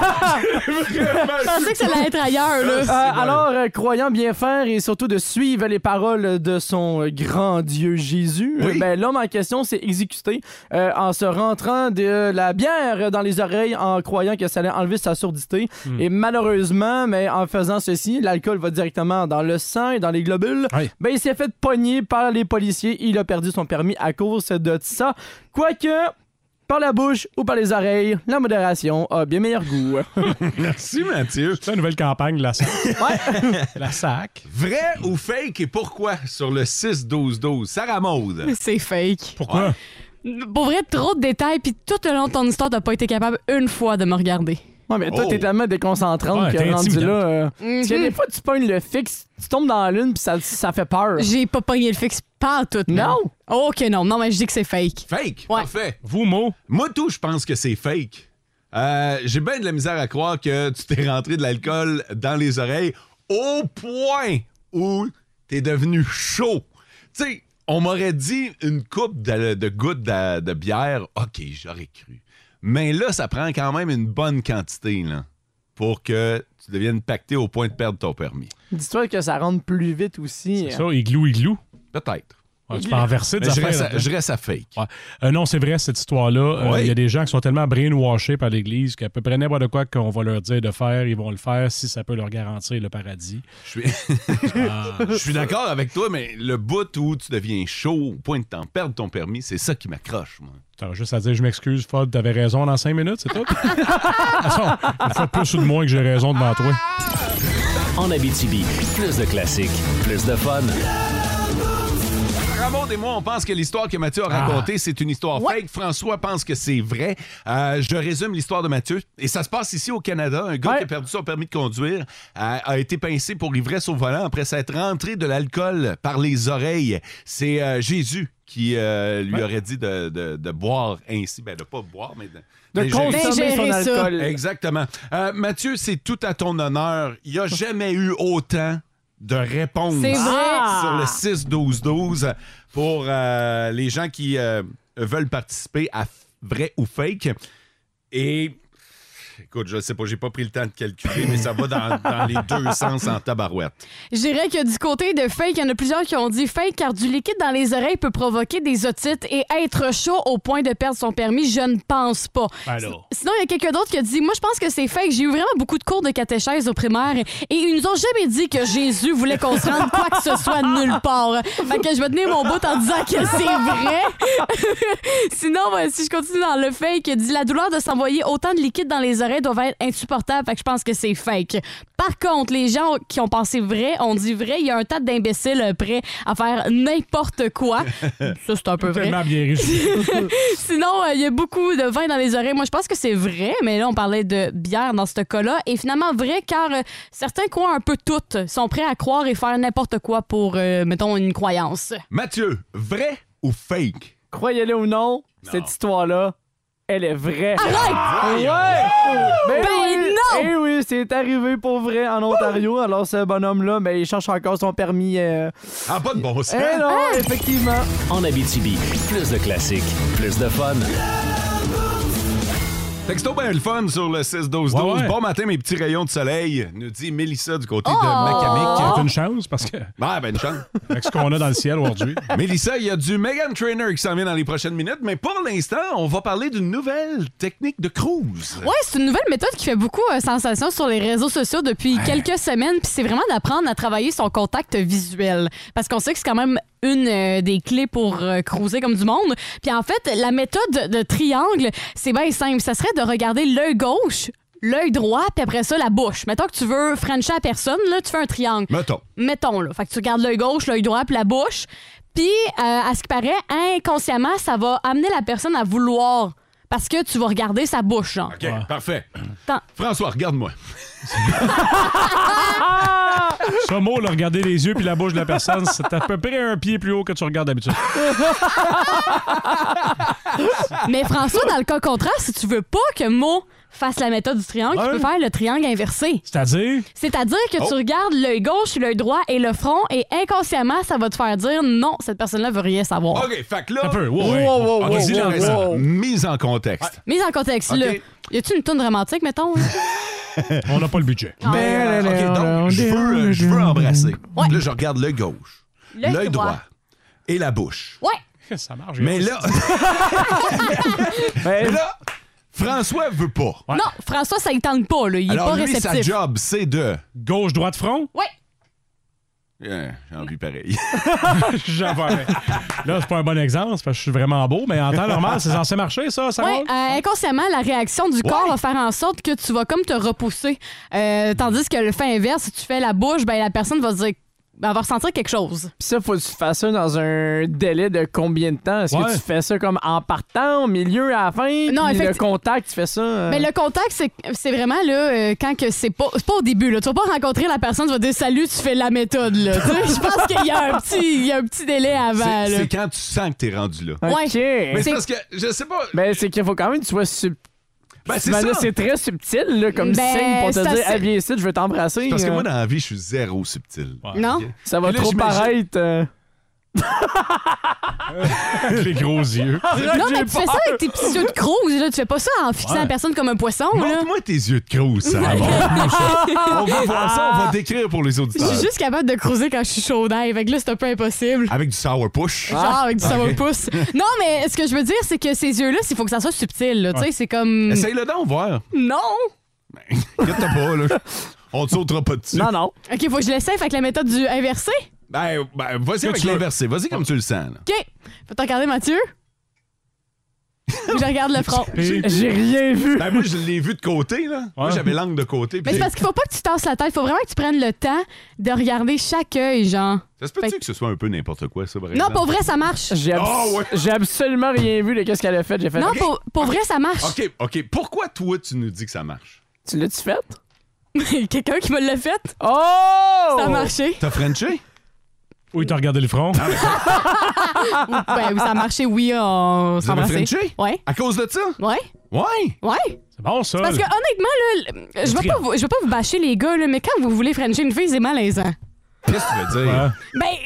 Je pensais que ça allait être ailleurs. Là. Euh, alors, euh, croyant bien faire et surtout de suivre les paroles de son grand Dieu Jésus, oui. ben, l'homme en question s'est exécuté euh, en se rentrant de la bière dans les oreilles en croyant que ça allait enlever sa surdité. Mm. Et malheureusement, mais en faisant ceci, l'alcool va directement dans le sang et dans les globules. Oui. Ben, il s'est fait pogner par les policiers. Il a perdu son permis à cause de ça. Quoique, par la bouche ou par les oreilles, la modération a bien meilleur goût. Merci, Mathieu. C'est la nouvelle campagne de la S A C. Ouais. La S A C. Vrai ou fake et pourquoi sur le six douze douze? Sarah Maud. C'est fake. Pourquoi? Ouais. Pour vrai, trop de détails, puis tout le long de ton histoire, t'as pas été capable une fois de me regarder. Ouais, mais toi, oh. t'es tellement déconcentrante ouais, que rendu là. Euh, mm-hmm. Parce que des fois, tu pognes le fixe, tu tombes dans la lune, puis ça, ça fait peur. J'ai pas pogné le fixe pas tout. Non? Oh, ok, non. Non, mais je dis que c'est fake. Fake? Ouais. Parfait. Vous, Mo? Moi, tout, je pense que c'est fake. Euh, j'ai bien de la misère à croire que tu t'es rentré de l'alcool dans les oreilles au point où t'es devenu chaud. Tu sais, on m'aurait dit une coupe de, de gouttes de, de bière. OK, j'aurais cru. Mais là, ça prend quand même une bonne quantité là, pour que tu deviennes pacté au point de perdre ton permis. Dis-toi que ça rentre plus vite aussi. C'est hein. ça, igloo, igloo. Peut-être. Ouais, tu peux en verser des je, affaires, reste à, je reste à fake. Ouais. Euh, non, c'est vrai, cette histoire-là. Il ouais. euh, y a des gens qui sont tellement brainwashés par l'Église qu'à peu près n'importe quoi qu'on va leur dire de faire, ils vont le faire si ça peut leur garantir le paradis. Je suis, ah. je suis d'accord avec toi, mais le bout où tu deviens chaud au point de t'en perdre ton permis, c'est ça qui m'accroche, moi. T'as juste à dire, je m'excuse, Fod, t'avais raison dans cinq minutes, c'est tout? Une fois de plus ou de moins que j'ai raison devant toi. En Abitibi, plus de classiques, plus de fun. Maud et moi, on pense que l'histoire que Mathieu a racontée, ah. c'est une histoire ouais. fake. François pense que c'est vrai. Euh, je résume l'histoire de Mathieu. Et ça se passe ici au Canada. Un gars ouais. qui a perdu son permis de conduire a, a été pincé pour ivresse au volant après s'être rentré de l'alcool par les oreilles. C'est euh, Jésus qui euh, lui ouais. aurait dit de, de, de boire ainsi. Ben, de pas boire, mais de... De consommer son alcool. Exactement. Euh, Mathieu, c'est tout à ton honneur. Il n'y a jamais eu autant de réponses ah! sur le six douze douze pour euh, les gens qui euh, veulent participer à vrai ou fake. Et écoute, je sais pas, j'ai pas pris le temps de calculer, mais ça va dans, dans les deux sens en tabarouette. Je dirais que du côté de fake, il y en a plusieurs qui ont dit fake car du liquide dans les oreilles peut provoquer des otites et être chaud au point de perdre son permis. Je ne pense pas. Alors. Sinon, il y a quelqu'un d'autre qui a dit moi, je pense que c'est fake. J'ai eu vraiment beaucoup de cours de catéchèse au primaire et ils nous ont jamais dit que Jésus voulait qu'on se rende quoi que ce soit nulle part. Fait que je vais tenir mon bout en disant que c'est vrai. Sinon, ben, si je continue dans le fake, il dit la douleur de s'envoyer autant de liquide dans les oreilles doivent être insupportables, fait que je pense que c'est fake. Par contre, les gens qui ont pensé vrai, on dit vrai, il y a un tas d'imbéciles prêts à faire n'importe quoi. Ça, c'est un peu vrai. Tellement bien riche. Sinon, il euh, y a beaucoup de vin dans les oreilles. Moi, je pense que c'est vrai, mais là, on parlait de bière dans ce cas-là. Et finalement, vrai, car euh, certains croient un peu toutes, sont prêts à croire et faire n'importe quoi pour, euh, mettons, une croyance. Mathieu, vrai ou fake? Croyez-le ou non, non. Cette histoire-là, elle est vraie. Arrête! Ouais! Ben, ben oui. non! Eh oui, c'est arrivé pour vrai en Ontario. Alors, ce bonhomme-là, ben, il cherche encore son permis. Euh... Ah, pas de bon sens! Eh non, ah! effectivement. En Abitibi, plus de classiques, plus de fun. Texto ben le fun sur le six douze douze. Ouais, ouais. Bon matin, mes petits rayons de soleil, nous dit Mélissa du côté oh! de Macamic. C'est une chance parce que. Ouais, ben une chance. Avec ce qu'on a dans le ciel aujourd'hui. Mélissa, il y a du Meghan Trainor qui s'en vient dans les prochaines minutes, mais pour l'instant, on va parler d'une nouvelle technique de cruise. Ouais, c'est une nouvelle méthode qui fait beaucoup euh, sensation sur les réseaux sociaux depuis ouais. quelques semaines, puis c'est vraiment d'apprendre à travailler son contact visuel. Parce qu'on sait que c'est quand même une euh, des clés pour euh, cruiser comme du monde. Puis en fait, la méthode de triangle, c'est bien simple. Ça serait de regarder l'œil gauche, l'œil droit, puis après ça, la bouche. Mettons que tu veux frencher à personne, là, tu fais un triangle. Mettons. Mettons, là. Fait que tu regardes l'œil gauche, l'œil droit, puis la bouche. Puis, euh, à ce qui paraît, inconsciemment, ça va amener la personne à vouloir parce que tu vas regarder sa bouche, genre. OK, ouais. Parfait. Tant. François, regarde-moi. Ce mot, là, regarder les yeux puis la bouche de la personne, c'est à peu près un pied plus haut que tu regardes d'habitude. Mais François, dans le cas contraire, si tu veux pas que Mo fasse la méthode du triangle, ouais. tu peux faire le triangle inversé. C'est-à-dire? C'est-à-dire que oh. tu regardes l'œil gauche, l'œil droit et le front et inconsciemment, ça va te faire dire non, cette personne-là veut rien savoir. OK, fait que là... Un peu, wow, ouais. wow, wow, OK, wow, dis-le wow, récemment. wow. Mise en contexte. Mise en contexte, okay. là. Y a-tu une toune romantique, mettons? On n'a pas le budget. Mais, euh, OK, donc, je veux, euh, je veux embrasser. Ouais. Là, je regarde l'œil gauche, l'œil droit. droit et la bouche. Ouais. Ça marche. Mais là... Mais là... François veut pas. Ouais. Non, François, ça ne tente pas. Là. Il n'est pas lui, réceptif. sa job, c'est de... Gauche-droite front? Oui. Yeah, j'ai envie pareil. J'avais. Là, c'est pas un bon exemple, parce que je suis vraiment beau, mais en temps normal, c'est censé marcher, ça, ça Oui, euh, inconsciemment, la réaction du ouais. corps va faire en sorte que tu vas comme te repousser. Euh, tandis que le fait inverse, si tu fais la bouche, ben la personne va se dire... Ben, elle va ressentir quelque chose. Puis ça, faut que tu fasses ça dans un délai de combien de temps? Est-ce ouais. que tu fais ça comme en partant, au milieu, à la fin? Non, effectivement. Le contact, tu fais ça? Euh... Mais le contact, c'est, c'est vraiment là, euh, quand que c'est pas, c'est pas au début. Là. Tu vas pas rencontrer la personne, tu vas dire salut, tu fais la méthode. Là. Je pense qu'il y a un petit, il y a un petit délai avant. C'est, là. c'est quand tu sens que t'es rendu là. OK. Mais c'est, c'est parce que, je sais pas... Ben, c'est qu'il faut quand même que tu sois subtil. Ben, c'est ben, ça. Là, c'est très subtil, là, comme ben, signe pour te dire assez... « viens ici, je veux t'embrasser ». C'est parce que moi, dans la vie, je suis zéro subtil. Ouais. Non? Okay? Ça va là, trop j'imagine... paraître... Euh... les gros yeux. Non, mais tu fais ça avec tes petits yeux de crouse. Là. Tu fais pas ça en fixant ouais. la personne comme un poisson. Montre-moi tes yeux de crouse, ça. On va voir ça, on va décrire pour les auditeurs. Je suis juste capable de crouser quand je suis chaud d'ail. Fait que là, c'est un peu impossible. Avec du sourpuss. Genre ah. avec du okay. sourpuss. Non, mais ce que je veux dire, c'est que ces yeux-là, il faut que ça soit subtil. Là. Ouais. C'est comme... Essaye-le donc, voir. Non. Ben, inquiète-toi pas, là. On te sautera pas dessus. Non, non. OK, faut que je l'essaye avec la méthode du inversé. Ben, ben vas-y avec l'inversé. Vas-y comme tu le sens. Là. OK. Faut te regarder, Mathieu. Je regarde le front. J'ai, j'ai rien vu. Ben, moi, je l'ai vu de côté. Là. Ouais. Moi, j'avais l'angle de côté. Mais c'est parce qu'il faut pas que tu tasses la tête. Il faut vraiment que tu prennes le temps de regarder chaque œil, genre. Ça se peut-tu fait... que ce soit un peu n'importe quoi, ça, par Non, pour vrai, ça marche. J'ai, abs... oh, ouais. j'ai absolument rien vu de ce qu'elle a fait. J'ai fait non, okay. pour, pour okay. vrai, ça marche. OK, OK. Pourquoi, toi, tu nous dis que ça marche? Tu l'as-tu fait? Quelqu'un qui me l'a fait. Oh! Ça a marché. T'as frenché? Oui, t'as regardé le front. Ben, ça a marché, oui, on s'est embrassé. Vous avez frenché? Ouais. À cause de ça? Ouais. Ouais. Ouais. C'est bon, ça. Parce que, honnêtement, là, je vais pas, vous, je vais pas vous bâcher les gars, là, mais quand vous voulez frencher une fille, c'est malaisant. Qu'est-ce que tu veux dire?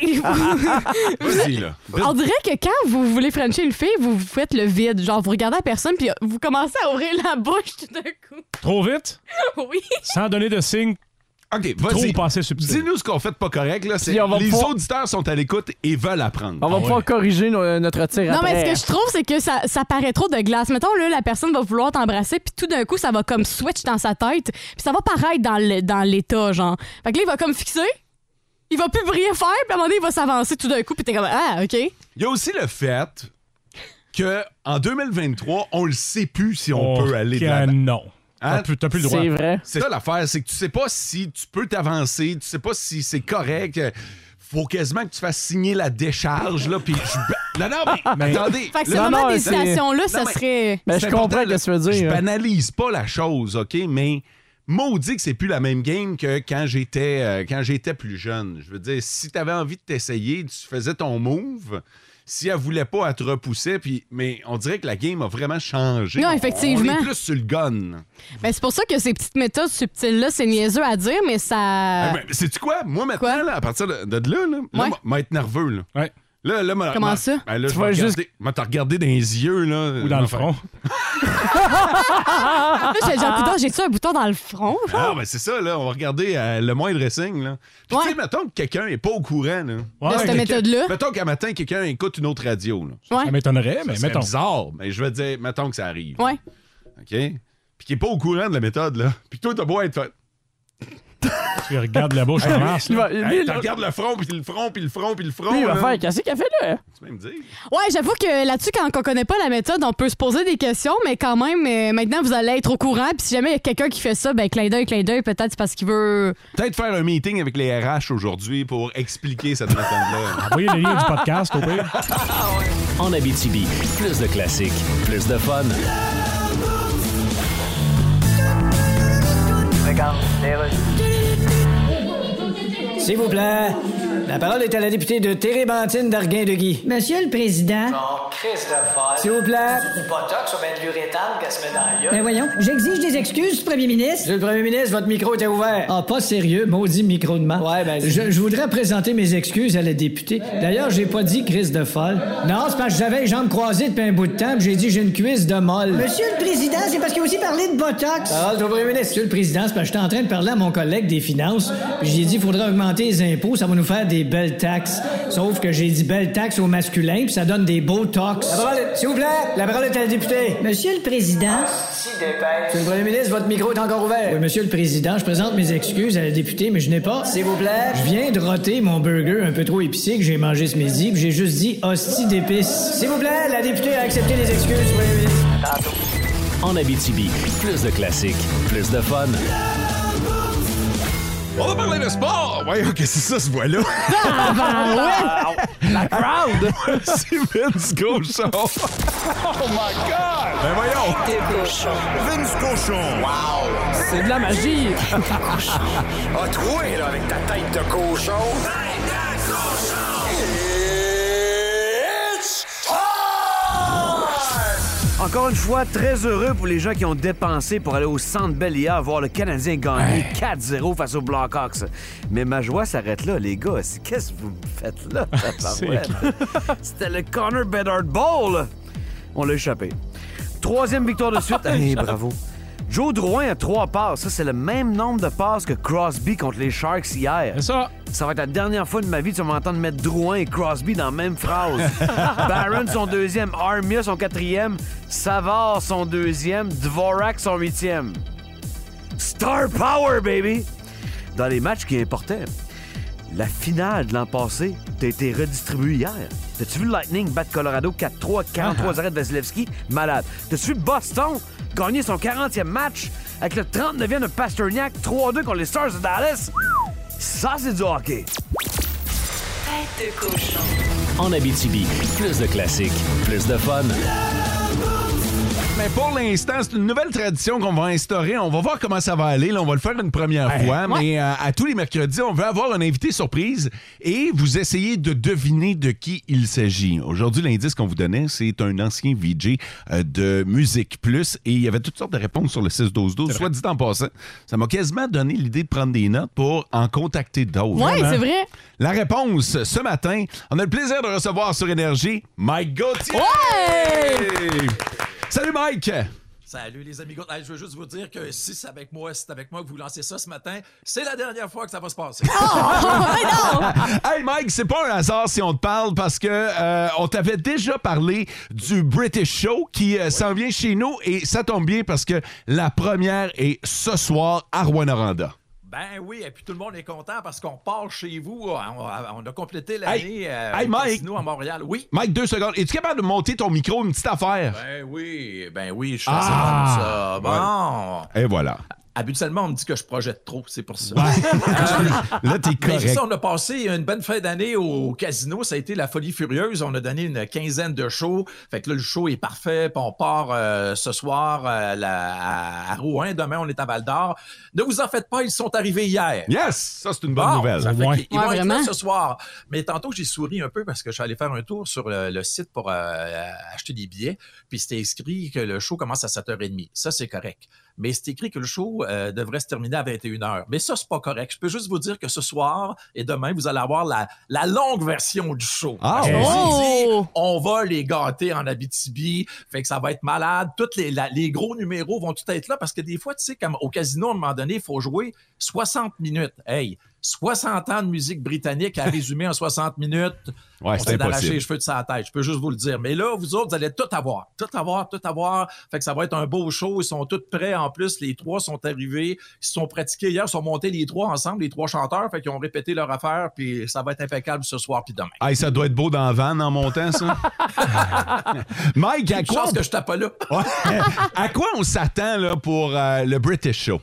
Ben, vas-y, là. On dirait que quand vous voulez frencher une fille, vous faites le vide. Genre, vous regardez la personne, puis vous commencez à ouvrir la bouche tout d'un coup. Trop vite? Oui. Sans donner de signe. OK, vas-y. Trop passé subtil. Dis-nous ce qu'on fait de pas correct. Là. C'est, les pouvoir... auditeurs sont à l'écoute et veulent apprendre. On va ah, pouvoir ouais. corriger no- notre tir non, après. Non, mais ce que je trouve, c'est que ça, ça paraît trop de glace. Mettons, là, la personne va vouloir t'embrasser, puis tout d'un coup, ça va comme switch dans sa tête, puis ça va paraître dans, le, dans l'état, genre. Fait que là, il va comme fixer. Il va plus rien faire, puis à un moment donné, il va s'avancer tout d'un coup, puis t'es comme ah, OK. Il y a aussi le fait que en deux mille vingt-trois, on le sait plus si on oh, peut aller de l'avant. Non. Hein? T'as, plus, t'as plus le droit. C'est vrai. C'est ça l'affaire, c'est que tu sais pas si tu peux t'avancer, tu sais pas si c'est correct. Faut quasiment que tu fasses signer la décharge, là, puis je... Non, non, mais, mais attendez. Fait que ce moment d'hésitation-là, ça mais, serait... Mais je comprends ce que tu veux dire. Je banalise pas la chose, OK, mais... Maudit que c'est plus la même game que quand j'étais, euh, quand j'étais plus jeune. Je veux dire, si t'avais envie de t'essayer, tu faisais ton move. Si elle voulait pas, elle te repoussait. Puis, mais on dirait que la game a vraiment changé. Non, effectivement. On est plus sur le gun. Ben, c'est pour ça que ces petites méthodes subtiles-là, c'est niaiseux à dire, mais ça... Eh ben, sais-tu quoi? Moi, maintenant, quoi? Là, à partir de, de là, là, ouais. là m'a être nerveux. Là. Ouais. Là, là, ma, Comment ma, ça? Ben là, tu je vas juste... Moi, t'as regardé dans les yeux, là. Ou dans le front. Là, j'ai un bouton, j'ai-tu un bouton dans le front? Ah, ben c'est ça, là. On va regarder euh, le moindre signe, là. Puis, ouais. tu sais, mettons que quelqu'un est pas au courant, là. Ouais. De cette méthode-là. Mettons qu'un matin, quelqu'un écoute une autre radio, là. Ouais. Ça m'étonnerait, mais ça mettons. C'est bizarre, mais je veux dire, mettons que ça arrive. Ouais. OK? Puis qu'il est pas au courant de la méthode, là. Puis toi, t'as beau être fait. Tu regardes la bouche en masse. Tu regardes le front, puis le front, puis le front, puis le front. Lui, il va faire, qu'est-ce qu'il a fait là? Tu peux me dire. Ouais, j'avoue que là-dessus, quand on connaît pas la méthode, on peut se poser des questions, mais quand même, euh, maintenant, vous allez être au courant. Puis si jamais il y a quelqu'un qui fait ça, ben clin d'œil, clin d'œil, peut-être c'est parce qu'il veut. Peut-être faire un meeting avec les R H aujourd'hui pour expliquer cette méthode-là. Envoyez le lien du podcast, au pire. En Abitibi, plus de classiques, plus de fun. cinquante, c'est reçu. S'il vous plaît, la parole est à la députée de Térébentine d'Arguin-de-Guy. Monsieur le Président. Non, Chris de folle. S'il vous plaît. Du botox ou bien de l'uréthane qu'elle se met dans la gueule. Ben voyons, j'exige des excuses, Premier ministre. Monsieur le Premier ministre, votre micro était ouvert. Ah, pas sérieux, maudit micro de main. Ouais, ben... Je, je voudrais présenter mes excuses à la députée. D'ailleurs, j'ai pas dit Chris de folle. Non, c'est parce que j'avais les jambes croisées depuis un bout de temps, puis j'ai dit j'ai une cuisse de molle. Monsieur le Président, c'est parce qu'il a aussi parlé de botox. Parole au Premier ministre. Monsieur le Président, c'est parce que j'étais en train de parler à mon collègue des finances, puis j'ai dit il faudrait augmenter les impôts, ça va nous faire des belles taxes. Sauf que j'ai dit belles taxes au masculin, puis ça donne des beaux tox. La parole est... S'il vous plaît, la parole est à la députée. Monsieur le Président. Si dépêche. Monsieur le Premier ministre, votre micro est encore ouvert. Oui, Monsieur le Président, je présente mes excuses à la députée, mais je n'ai pas. S'il vous plaît. Je viens de roter mon burger un peu trop épicé que j'ai mangé ce midi, puis j'ai juste dit hostie d'épices. S'il vous plaît, la députée a accepté les excuses, Premier ministre. Tantôt. En Abitibi, plus de classiques, plus de fun. On va parler de sport! Voyons, qu'est-ce que c'est ça, ce voix-là? Ah, ben ouais! La crowd! C'est Vince Cochon! Oh my God! Ben voyons! Vince Cochon! Wow! C'est de la magie! Ah, troué, là, avec ta tête de cochon! Tête de cochon! It's time! Encore une fois, très heureux pour les gens qui ont dépensé pour aller au Centre Bell hier voir le Canadien gagner ouais. quatre zéro face aux Blackhawks. Mais ma joie s'arrête là, les gars. Qu'est-ce que vous faites là? C'était le Connor Bedard Bowl. On l'a échappé. Troisième victoire de suite. Hey, bravo. Joe Drouin a trois passes. Ça, c'est le même nombre de passes que Crosby contre les Sharks hier. C'est ça. Ça va être la dernière fois de ma vie que tu vas m'entendre mettre Drouin et Crosby dans la même phrase. Barron, son deuxième. Armia, son quatrième. Savard, son deuxième. Dvorak, son huitième. Star Power, baby! Dans les matchs qui importaient, la finale de l'an passé t'a été redistribuée hier. T'as-tu vu le Lightning battre Colorado quatre trois, quarante-trois uh-huh. arrêts de Vasilevski? Malade. T'as-tu vu Boston gagner son quarantième match avec le trente-neuvième de Pasternak, trois deux contre les Stars de Dallas? Ça, c'est du hockey. Tête de cochon. En Abitibi, plus de classiques, plus de fun. Mais pour l'instant, c'est une nouvelle tradition qu'on va instaurer. On va voir comment ça va aller. Là, on va le faire une première ouais, fois. Ouais. Mais euh, à tous les mercredis, on veut avoir un invité surprise et vous essayez de deviner de qui il s'agit. Aujourd'hui, l'indice qu'on vous donnait, c'est un ancien V J euh, de Musique Plus. Et il y avait toutes sortes de réponses sur le six douze douze. Soit dit en passant, ça m'a quasiment donné l'idée de prendre des notes pour en contacter d'autres. Oui, c'est vrai. La réponse, ce matin, on a le plaisir de recevoir sur Énergie Mike Gauthier. Ouais! Salut Mike! Salut les amigos. Hey, je veux juste vous dire que si c'est avec moi, c'est avec moi que vous lancez ça ce matin, c'est la dernière fois que ça va se passer. Oh, hey Mike, c'est pas un hasard si on te parle parce que euh, on t'avait déjà parlé du British Show qui euh, ouais. s'en vient chez nous et ça tombe bien parce que la première est ce soir à Rouyn-Noranda. Ben oui, et puis tout le monde est content parce qu'on part chez vous. On a, on a complété l'année hey, euh, hey, Mike, nous à Montréal. Oui. Mike, deux secondes. Es-tu capable de monter ton micro, une petite affaire? Ben oui, ben oui, je suis ah, assez bon ça. Bon. Et voilà. Habituellement, on me dit que je projette trop, c'est pour ça. Ouais. euh, Là, t'es correct. Mais ça, on a passé une bonne fin d'année au casino. Ça a été la folie furieuse. On a donné une quinzaine de shows. Fait que là, le show est parfait. Puis on part euh, ce soir euh, la, à, à Rouyn. Demain, on est à Val-d'Or. Ne vous en faites pas, ils sont arrivés hier. Yes! Ça, c'est une bonne bon, nouvelle. Ça fait ouais. Ils vont ouais, être là ce soir. Mais tantôt, j'ai souri un peu parce que je suis allé faire un tour sur le, le site pour euh, acheter des billets. Puis c'était écrit que le show commence à sept heures trente. Ça, c'est correct. Mais c'est écrit que le show euh, devrait se terminer à vingt et une heures. Mais ça, c'est pas correct. Je peux juste vous dire que ce soir et demain, vous allez avoir la, la longue version du show. Ah, oh! dit, on va les gâter en Abitibi. Fait que ça va être malade. Tous les, la, les gros numéros vont tout être là parce que des fois, tu sais, comme au casino, à un moment donné, il faut jouer soixante minutes. Hey! soixante ans de musique britannique à résumer en soixante minutes. Ouais, on c'est s'est d'arracher impossible. les cheveux de sa tête, je peux juste vous le dire. Mais là, vous autres, vous allez tout avoir, tout avoir, tout avoir. Fait que ça va être un beau show. Ils sont tous prêts. En plus, les trois sont arrivés. Ils se sont pratiqués hier. Ils sont montés les trois ensemble, les trois chanteurs. Fait qu'ils ont répété leur affaire. Puis ça va être impeccable ce soir puis demain. Hey, ça doit être beau dans la van en montant, ça. Mike, à quoi... Chance que je tape pas là. À quoi on s'attend là, pour euh, le British Show?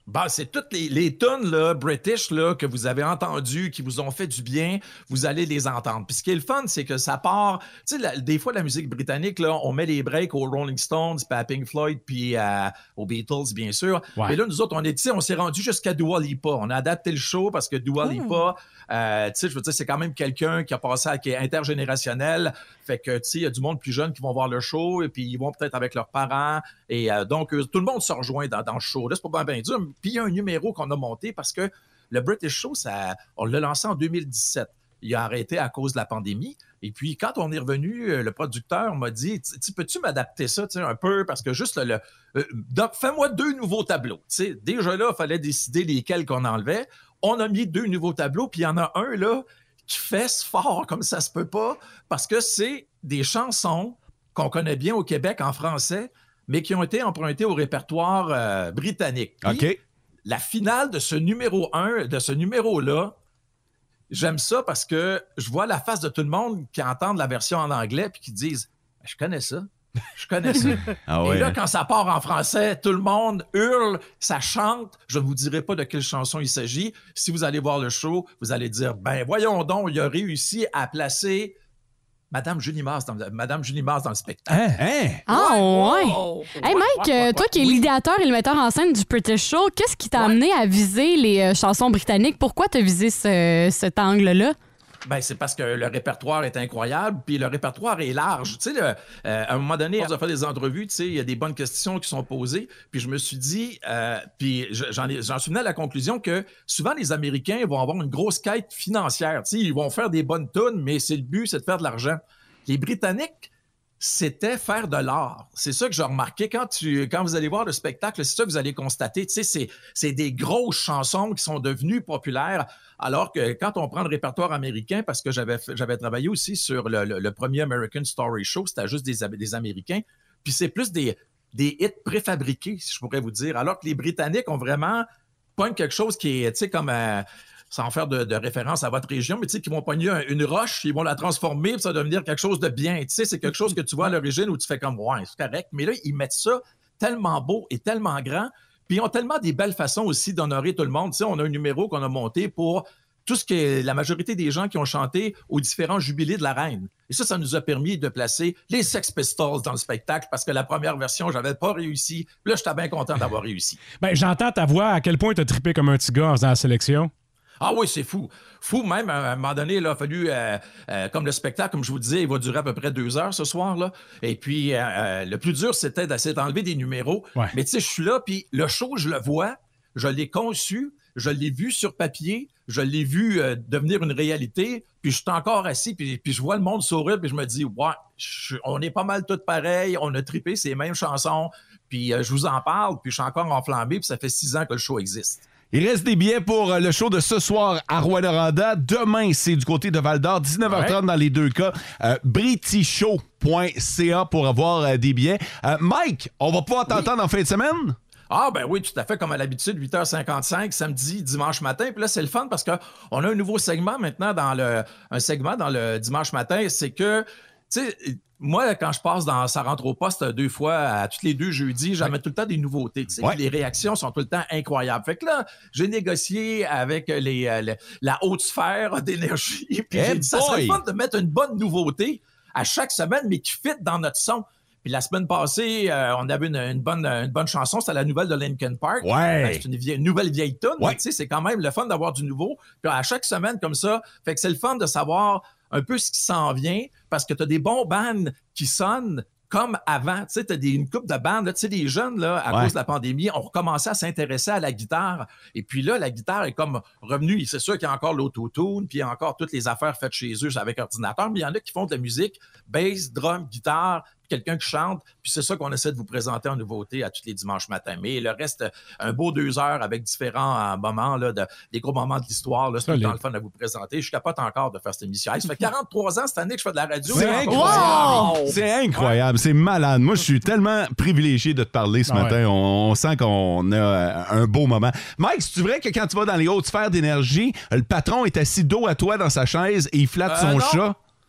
Ben, c'est toutes les, les tunes là, British là, que vous avez entendues, qui vous ont fait du bien, vous allez les entendre. Puis ce qui est le fun, c'est que ça part... Tu sais, des fois, la musique britannique, là, on met les breaks aux Rolling Stones, puis à Pink Floyd, puis euh, aux Beatles, bien sûr. Ouais. Et là, nous autres, on est ici, on s'est rendu jusqu'à Dua Lipa. On a adapté le show parce que Dua Lipa, euh, tu sais, je veux dire, c'est quand même quelqu'un qui a passé, à, qui est intergénérationnel. Fait que, tu sais, il y a du monde plus jeune qui vont voir le show, et puis ils vont peut-être avec leurs parents. Et euh, donc, euh, tout le monde se rejoint dans, dans le show. Là, c'est pas bien dur. Puis il y a un numéro qu'on a monté parce que le British Show, ça, on l'a lancé en deux mille dix-sept. Il a arrêté à cause de la pandémie. Et puis, quand on est revenu, le producteur m'a dit, peux-tu m'adapter ça un peu? Parce que juste, le, le euh, donc, fais-moi deux nouveaux tableaux. T'sais, déjà là, il fallait décider lesquels qu'on enlevait. On a mis deux nouveaux tableaux, puis il y en a un là qui fesse fort comme ça se peut pas, parce que c'est des chansons qu'on connaît bien au Québec en français, mais qui ont été empruntées au répertoire euh, britannique. Puis, OK. La finale de ce numéro un, de ce numéro-là, j'aime ça parce que je vois la face de tout le monde qui entendent la version en anglais puis qui disent « Je connais ça, je connais ça. » Ah ouais. Et là, quand ça part en français, tout le monde hurle, ça chante. Je ne vous dirai pas de quelle chanson il s'agit. Si vous allez voir le show, vous allez dire « Ben voyons donc, il a réussi à placer... » Madame Julie Mars dans, Madame Julie Mars dans le spectacle. Hein? Hein? Ah, ouais! Wow. Hey, Mike, Ouais, ouais, euh, toi ouais, qui es oui. l'idéateur et le metteur en scène du British Show, qu'est-ce qui t'a amené à viser les euh, chansons britanniques? Pourquoi t'as visé ce, cet angle-là? Ben, c'est parce que le répertoire est incroyable, puis le répertoire est large. Tu sais, le, euh, à un moment donné, on a fait des entrevues, tu sais, il y a des bonnes questions qui sont posées, puis je me suis dit, euh, puis j'en, ai, j'en suis venu à la conclusion que souvent les Américains vont avoir une grosse quête financière. Tu sais, ils vont faire des bonnes tunes, mais c'est le but, c'est de faire de l'argent. Les Britanniques, c'était faire de l'art. C'est ça que j'ai remarqué quand, tu, quand vous allez voir le spectacle, c'est ça que vous allez constater. Tu sais, c'est, c'est des grosses chansons qui sont devenues populaires, alors que quand on prend le répertoire américain, parce que j'avais, j'avais travaillé aussi sur le, le, le premier American Story Show, c'était juste des, des Américains, puis c'est plus des, des hits préfabriqués, si je pourrais vous dire, alors que les Britanniques ont vraiment pognent quelque chose qui est, tu sais, comme... Euh, sans faire de, de référence à votre région, mais tu sais, qui vont pogner un, une roche, ils vont la transformer, puis ça va devenir quelque chose de bien. Tu sais, c'est quelque chose que tu vois à l'origine où tu fais comme, ouais, c'est correct. Mais là, ils mettent ça tellement beau et tellement grand, puis ils ont tellement des belles façons aussi d'honorer tout le monde. Tu sais, on a un numéro qu'on a monté pour tout ce que est la majorité des gens qui ont chanté aux différents jubilés de la reine. Et ça, ça nous a permis de placer les Sex Pistols dans le spectacle parce que la première version, j'avais pas réussi. Puis là, j'étais bien content d'avoir réussi. Ben, j'entends ta voix. À quel point t'as trippé comme un petit gars en faisant la sélection? Ah oui, c'est fou. Fou même, à un moment donné, il a fallu, euh, euh, comme le spectacle, comme je vous disais, il va durer à peu près deux heures ce soir-là. Et puis, euh, le plus dur, c'était d'essayer d'enlever des numéros. Ouais. Mais tu sais, je suis là, puis le show, je le vois, je l'ai conçu, je l'ai vu sur papier, je l'ai vu euh, devenir une réalité, puis je suis encore assis, puis, puis je vois le monde sourire, puis je me dis, ouais, je, on est pas mal tous pareils, on a trippé ces mêmes chansons, puis euh, je vous en parle, puis je suis encore enflammé, puis ça fait six ans que le show existe. Il reste des billets pour le show de ce soir à Rouyn-Noranda. Demain, c'est du côté de Val-d'Or, dix-neuf heures trente ouais. dans les deux cas. Euh, british show point c a pour avoir euh, des billets. Euh, Mike, on va pouvoir t'entendre oui. en fin de semaine? Ah ben oui, tout à fait, comme à l'habitude, huit heures cinquante-cinq, samedi, dimanche matin. Puis là, c'est le fun parce qu'on a un nouveau segment maintenant dans le... Un segment dans le dimanche matin, c'est que, tu sais... Moi, quand je passe dans Ça rentre au poste deux fois, à tous les deux jeudis, j'en mets tout le temps des nouveautés. Tu sais, ouais. Les réactions sont tout le temps incroyables. Fait que là, j'ai négocié avec les, les, la haute sphère d'énergie. Puis hey j'ai dit, ça serait fun de mettre une bonne nouveauté à chaque semaine, mais qui fit dans notre son. Puis la semaine passée, euh, on avait une, une, bonne, une bonne chanson, c'était la nouvelle de Linkin Park. Ouais. Ben, c'est une, vieille, une nouvelle vieille tune, ouais. mais tu sais, c'est quand même le fun d'avoir du nouveau. Puis à chaque semaine comme ça, fait que c'est le fun de savoir un peu ce qui s'en vient, parce que tu as des bons bands qui sonnent comme avant. Tu sais, tu as une couple de bandes, tu sais, les jeunes, là, à ouais. cause de la pandémie, ont recommencé à s'intéresser à la guitare. Et puis là, la guitare est comme revenue. C'est sûr qu'il y a encore l'autotune, puis il y a encore toutes les affaires faites chez eux avec ordinateur, mais il y en a qui font de la musique, bass, drum, guitare, quelqu'un qui chante, puis c'est ça qu'on essaie de vous présenter en nouveauté à tous les dimanches matins. Mais le reste, un beau deux heures avec différents euh, moments, là, de, des gros moments de l'histoire, là, c'est tout le temps le fun à vous présenter. Je capote encore de faire cette émission. Hey, ça fait quarante-trois ans cette année que je fais de la radio. C'est incroyable! Wow! C'est incroyable, c'est malade. Moi, je suis tellement privilégié de te parler ce ah matin. Ouais. On, on sent qu'on a un beau moment. Mike, c'est vrai que quand tu vas dans les hautes sphères d'énergie, le patron est assis dos à toi dans sa chaise et il flatte euh, son non. chat?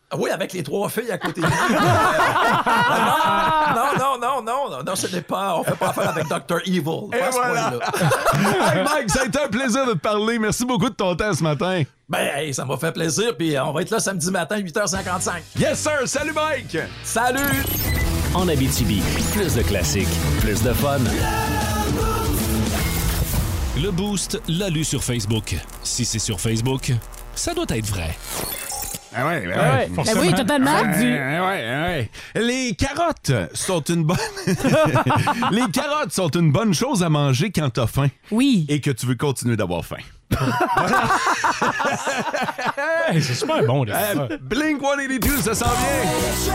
Oui, avec les trois filles à côté de lui. non, non, non, non, non, non, ce n'est pas. On fait pas affaire avec docteur Evil. Et voilà. Hey Mike, ça a été un plaisir de te parler. Merci beaucoup de ton temps ce matin. Ben, hey, ça m'a fait plaisir. Puis on va être là samedi matin, huit heures cinquante-cinq. Yes, sir. Salut, Mike. Salut. En Abitibi, plus de classiques, plus de fun. Le Boost l'a lu sur Facebook. Si c'est sur Facebook, ça doit être vrai. Ah ouais, ouais, ouais. Ben oui, totalement. Ah ouais, ouais, ouais. Les carottes sont une bonne... Les carottes sont une bonne chose à manger quand t'as faim. Oui. Et que tu veux continuer d'avoir faim. Hey, c'est super bon, les euh, Blink one eighty-two, ça s'en vient.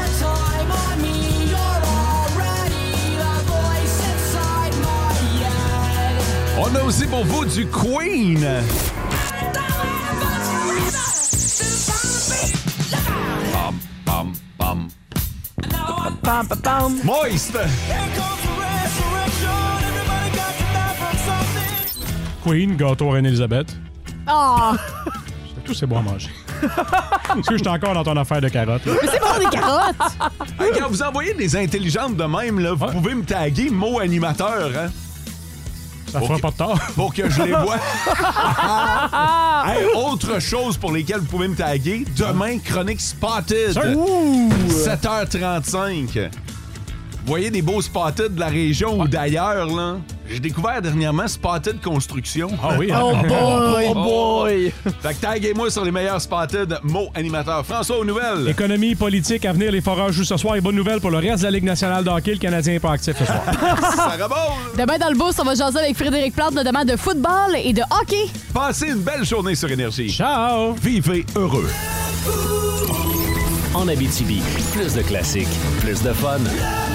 On a aussi pour vous du Queen. Pam, pam, pam, pam, pam. Moist. Queen, gâteau Reine-Élisabeth. Ah! C'est tout, c'est bon à manger. Est-ce que je suis encore dans ton affaire de carottes? Mais c'est bon, des carottes! Hey, quand vous envoyez des intelligentes de même, là, vous ouais. pouvez me taguer mot animateur, hein? Ça fera que, pas de tort. Pour que je les vois. Hey, autre chose pour lesquelles vous pouvez me taguer, demain, chronique Spotted. Ouh. sept heures trente-cinq. Vous voyez des beaux Spotted de la région ouais. ou d'ailleurs, là? J'ai découvert dernièrement Spotted Construction. Ah oui? Oh boy! Oh boy! Fait que taguez-moi sur les meilleurs Spotted mots animateurs. François, aux nouvelles. Économie, politique, avenir, les forages jouent ce soir. Et bonne nouvelle pour le reste de la Ligue nationale de hockey. Le Canadien n'est pas actif ce soir. Ça rebose! Demain dans le boost, on va jaser avec Frédéric Plante, notamment de football et de hockey. Passez une belle journée sur Énergie. Ciao! Vivez heureux. En Abitibi, plus de classiques, plus de fun.